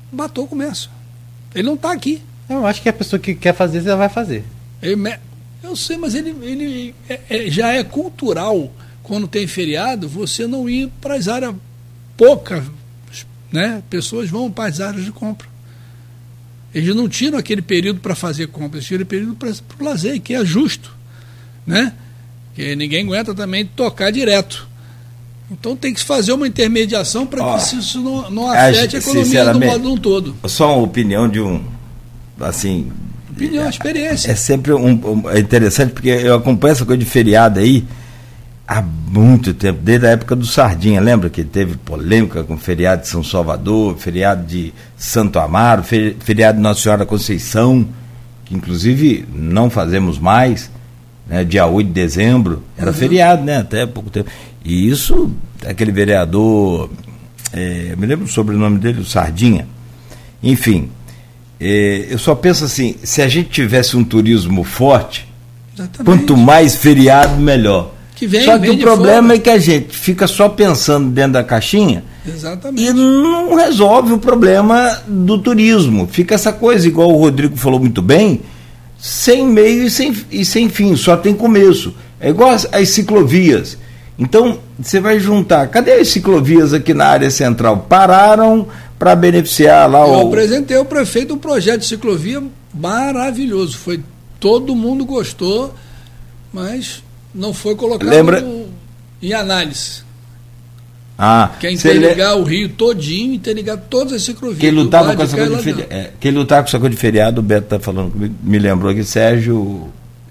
matou o comércio. Ele não está aqui. Eu acho que a pessoa que quer fazer, ela vai fazer. Eu sei, mas ele já é cultural, quando tem feriado, você não ir para as áreas poucas, né? Pessoas vão para as áreas de compra. Eles não tiram aquele período para fazer compra, eles tiram o período para o lazer, que é justo, né? Que ninguém aguenta também tocar direto. Então tem que se fazer uma intermediação para que isso não afete a economia do modo um todo. Só uma opinião de assim... Opinião, experiência. É sempre é interessante, porque eu acompanho essa coisa de feriado aí há muito tempo, desde a época do Sardinha. Lembra que teve polêmica com o feriado de São Salvador, feriado de Santo Amaro, feriado de Nossa Senhora Conceição, que inclusive não fazemos mais, né? Dia 8 de dezembro, era feriado, né? Até pouco tempo. E isso, aquele vereador, eu me lembro o sobrenome dele, o Sardinha. Enfim, eu só penso assim, se a gente tivesse um turismo forte, exatamente, quanto mais feriado, melhor. Só que o problema é que a gente fica só pensando dentro da caixinha. Exatamente. E não resolve o problema do turismo. Fica essa coisa, igual o Rodrigo falou muito bem, sem meio e sem fim, só tem começo. É igual as ciclovias. Então, você vai juntar, cadê as ciclovias aqui na área central? Pararam para beneficiar lá Eu apresentei ao prefeito um projeto de ciclovia maravilhoso. Todo mundo gostou, mas não foi colocado em análise. Que é interligar o Rio todinho, interligar todas as ciclovias. Quem lutava com essa coisa de feriado, o Beto está falando comigo, me lembrou aqui, Sérgio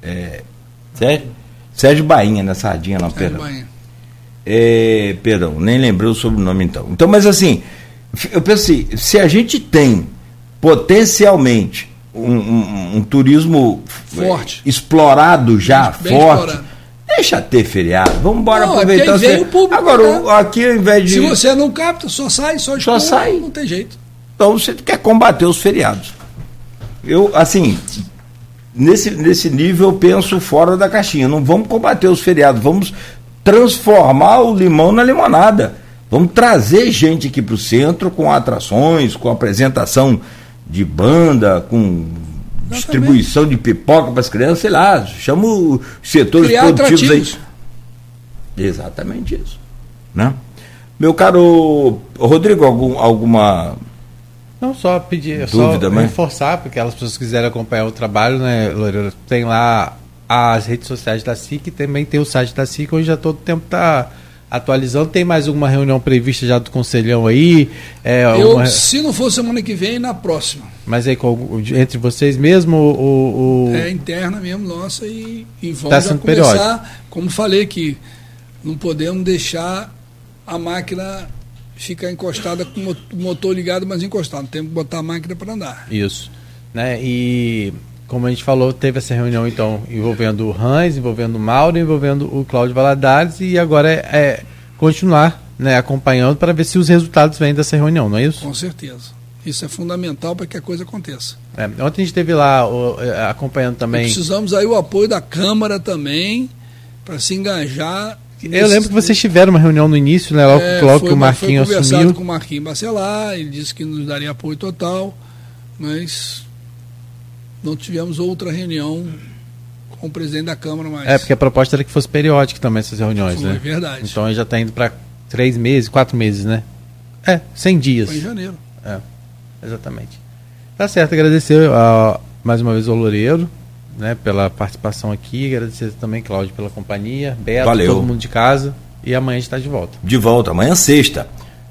Bainha, né? Sardinha, não, perdão. Perdão, nem lembrei o sobrenome então. Então, mas assim, eu penso assim, se a gente tem potencialmente um turismo forte, explorado já, bem forte, explorado, deixa ter feriado, vamos embora aproveitar. O público, agora, aqui ao invés de... Se você não capta, só sai, não tem jeito. Então você quer combater os feriados. Eu, assim, nesse nível eu penso fora da caixinha. Não vamos combater os feriados, vamos transformar o limão na limonada. Vamos trazer gente aqui para o centro com atrações, com apresentação de banda, com distribuição de pipoca para as crianças, sei lá, chama os setores produtivos aí. Exatamente isso, né? Meu caro Rodrigo, alguma... Não, só pedir, dúvida, só reforçar, porque aquelas pessoas que quiserem acompanhar o trabalho, né, Loureiro, tem lá as redes sociais da SIC, também tem o site da SIC, onde já todo tempo está atualizando. Tem mais alguma reunião prevista já do Conselhão aí? Se não for semana que vem, na próxima. Mas aí entre vocês mesmo? É interna mesmo, nossa, e vamos tá sendo começar, periódico. Como falei, que não podemos deixar a máquina ficar encostada com o motor ligado, mas encostado. Temos que botar a máquina para andar. Isso. Né? E como a gente falou, teve essa reunião então envolvendo o Hans, envolvendo o Mauro, envolvendo o Cláudio Valadares, e agora é continuar, né, acompanhando para ver se os resultados vêm dessa reunião, não é isso? Com certeza. Isso é fundamental para que a coisa aconteça. Ontem a gente esteve lá acompanhando também. E precisamos aí o apoio da Câmara também para se engajar. Eu lembro que vocês tiveram uma reunião no início, né? Logo que o Marquinhos assumiu. Foi conversado com o Marquinhos Bacelar, ele disse que nos daria apoio total, mas não tivemos outra reunião com o presidente da Câmara mais. Porque a proposta era que fosse periódica também essas reuniões, né? É verdade. Então ele já está indo para 3 meses, 4 meses, né? 100 dias. Foi em janeiro. Exatamente. Tá certo, agradecer mais uma vez ao Loureiro, né, pela participação aqui, agradecer também, Cláudio, pela companhia, Beto, valeu, todo mundo de casa, e amanhã a gente está de volta. De volta, amanhã sexta.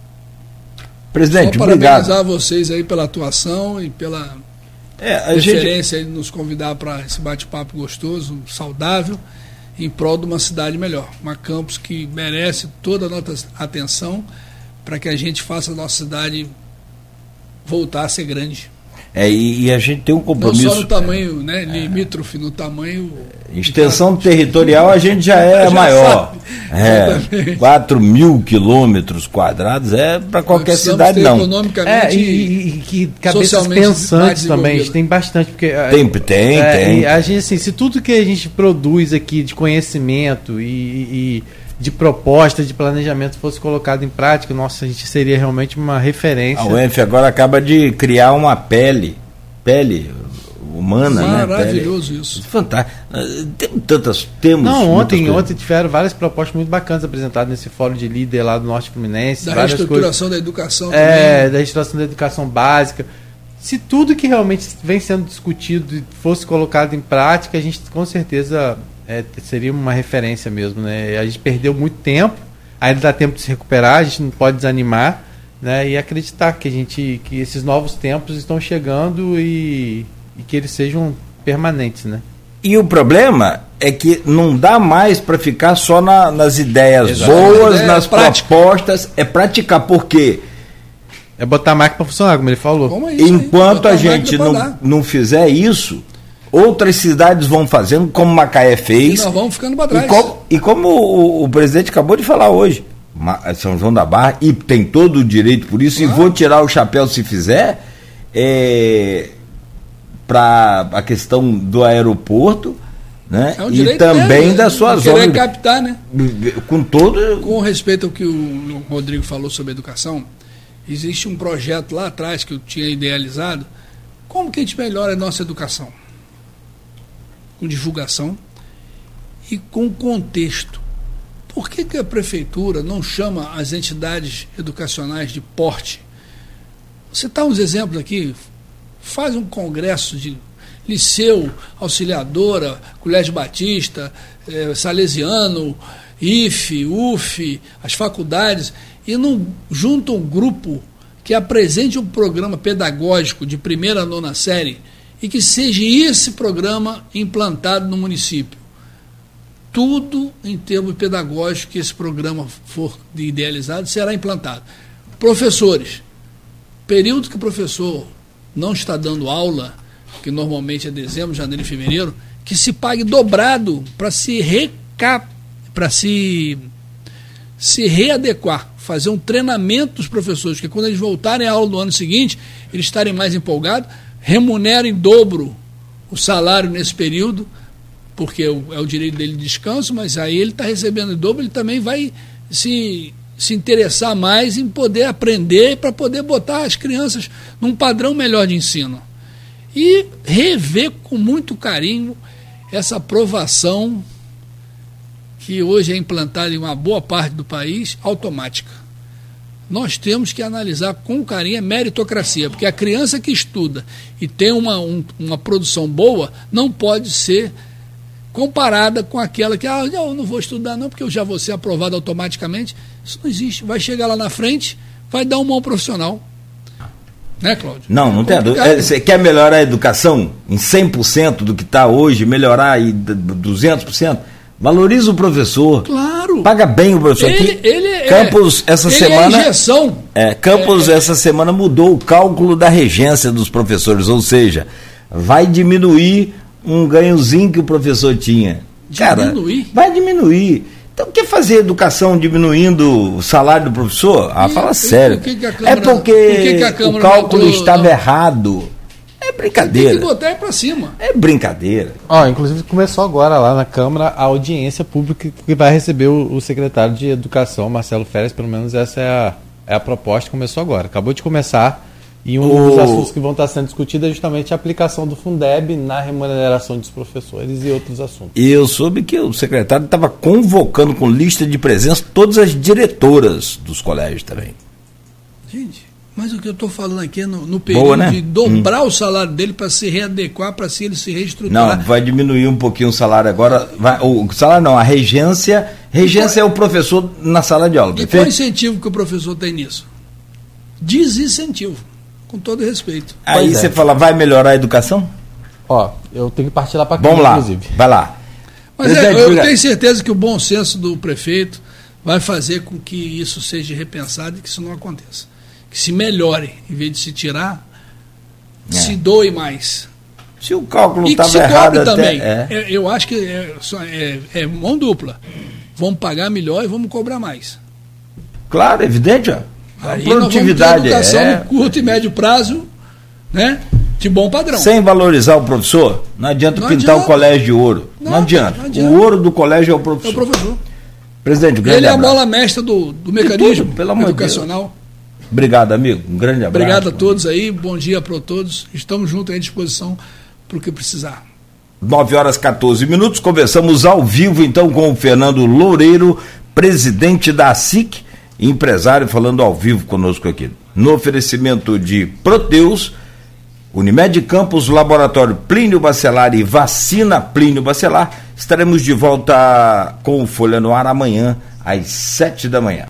Presidente, só obrigado. Parabenizar vocês aí pela atuação e pela referência de nos convidar para esse bate-papo gostoso, saudável, em prol de uma cidade melhor. Uma campus que merece toda a nossa atenção para que a gente faça a nossa cidade voltar a ser grande. E a gente tem um compromisso. Não só no tamanho, né, limítrofe, no tamanho. Extensão territorial a gente já é maior. 4.000 quilômetros quadrados para qualquer cidade, não. Economicamente e que cabeças pensantes também, a gente tem bastante. Porque, tem. E a gente, assim, se tudo que a gente produz aqui de conhecimento e de proposta, de planejamento fosse colocado em prática, nossa, a gente seria realmente uma referência. A UENF agora acaba de criar uma pele humana, maravilhoso, né? Isso. Fantástico. Temos. Ontem tiveram várias propostas muito bacanas apresentadas nesse fórum de líder lá do Norte Fluminense. Da reestruturação da educação também. Da reestruturação da educação básica. Se tudo que realmente vem sendo discutido fosse colocado em prática, a gente com certeza seria uma referência mesmo, né? A gente perdeu muito tempo, ainda dá tempo de se recuperar, a gente não pode desanimar, né? E acreditar que esses novos tempos estão chegando e que eles sejam permanentes, né? E o problema é que não dá mais para ficar só nas ideias boas, nas propostas, é praticar, porque é botar a máquina para funcionar, como ele falou. Como é isso, enquanto a gente não fizer isso, outras cidades vão fazendo, como Macaé fez. E nós vamos ficando para trás. E como o presidente acabou de falar hoje, São João da Barra, e tem todo o direito por isso, e vou tirar o chapéu se fizer, para a questão do aeroporto, né? E também da sua zona. Querer captar, né? Com respeito ao que o Rodrigo falou sobre educação, existe um projeto lá atrás que eu tinha idealizado. Como que a gente melhora a nossa educação? Com divulgação e com contexto. Por que a prefeitura não chama as entidades educacionais de porte? Você citar uns exemplos aqui. Faz um congresso de Liceu, Auxiliadora, Colégio Batista, Salesiano, IFE, UFE, as faculdades, e não junta um grupo que apresente um programa pedagógico de 1ª a 9ª série e que seja esse programa implantado no município. Tudo em termos pedagógicos que esse programa for idealizado será implantado. Professores, período que o professor não está dando aula, que normalmente é dezembro, janeiro e fevereiro, que se pague dobrado para se readequar, fazer um treinamento dos professores, que quando eles voltarem à aula do ano seguinte, eles estarem mais empolgados, remunerem em dobro o salário nesse período, porque é o direito dele de descanso, mas aí ele está recebendo em dobro, ele também vai se interessar mais em poder aprender para poder botar as crianças num padrão melhor de ensino. E rever com muito carinho essa aprovação que hoje é implantada em uma boa parte do país, automática. Nós temos que analisar com carinho a meritocracia, porque a criança que estuda e tem uma produção boa não pode ser comparada com aquela que eu não vou estudar não, porque eu já vou ser aprovado automaticamente. Isso não existe. Vai chegar lá na frente, vai dar um mau profissional. Né, Cláudio? Não tem dúvida. Você quer melhorar a educação em 100% do que está hoje, melhorar em 200%? Valoriza o professor. Claro. Paga bem o professor. Campos, essa semana. Injeção. Campos, essa semana, mudou o cálculo da regência dos professores, ou seja, vai diminuir um ganhozinho que o professor tinha. Diminuir? Cara, vai diminuir. Então, quer fazer educação diminuindo o salário do professor? Fala sério. É porque o cálculo estava errado. É brincadeira. Tem que botar para cima. É brincadeira. Inclusive começou agora lá na Câmara a audiência pública que vai receber o secretário de Educação, Marcelo Férez, pelo menos essa é a proposta, começou agora. Acabou de começar. E um dos assuntos que vão estar sendo discutidos é justamente a aplicação do Fundeb na remuneração dos professores e outros assuntos. E eu soube que o secretário estava convocando com lista de presença todas as diretoras dos colégios também. Gente, mas o que eu estou falando aqui é no período Boa, né? De dobrar o salário dele para se readequar, para ele se reestruturar. Não, vai diminuir um pouquinho o salário agora. O salário não, a regência. Regência é o professor na sala de aula. E qual incentivo que o professor tem nisso? Desincentivo. Com todo respeito. Aí você fala, vai melhorar a educação? Eu tenho que partir lá para cá, inclusive. Vai lá. Mas eu tenho certeza que o bom senso do prefeito vai fazer com que isso seja repensado e que isso não aconteça. Que se melhore, em vez de se tirar, se doe mais. Se o cálculo estava errado até... também. Eu acho que é mão dupla. Vamos pagar melhor e vamos cobrar mais. Claro, evidente, A produtividade nós vamos ter educação no curto e médio prazo, né, de bom padrão. Sem valorizar o professor, não adianta pintar o colégio de ouro. Não adianta. O ouro do colégio é o professor. Presidente, um grande Ele é a abraço. bola mestra do mecanismo tudo, pelo amor de educacional. Obrigado, amigo. Um grande abraço. Obrigado a todos aí, bom dia para todos. Estamos juntos à disposição para o que precisar. 9h14, conversamos ao vivo então com o Fernando Loureiro, presidente da ASIC, empresário, falando ao vivo conosco aqui. No oferecimento de Proteus, Unimed Campos, Laboratório Plínio Bacelar e Vacina Plínio Bacelar. Estaremos de volta com o Folha no Ar amanhã, às 7 da manhã.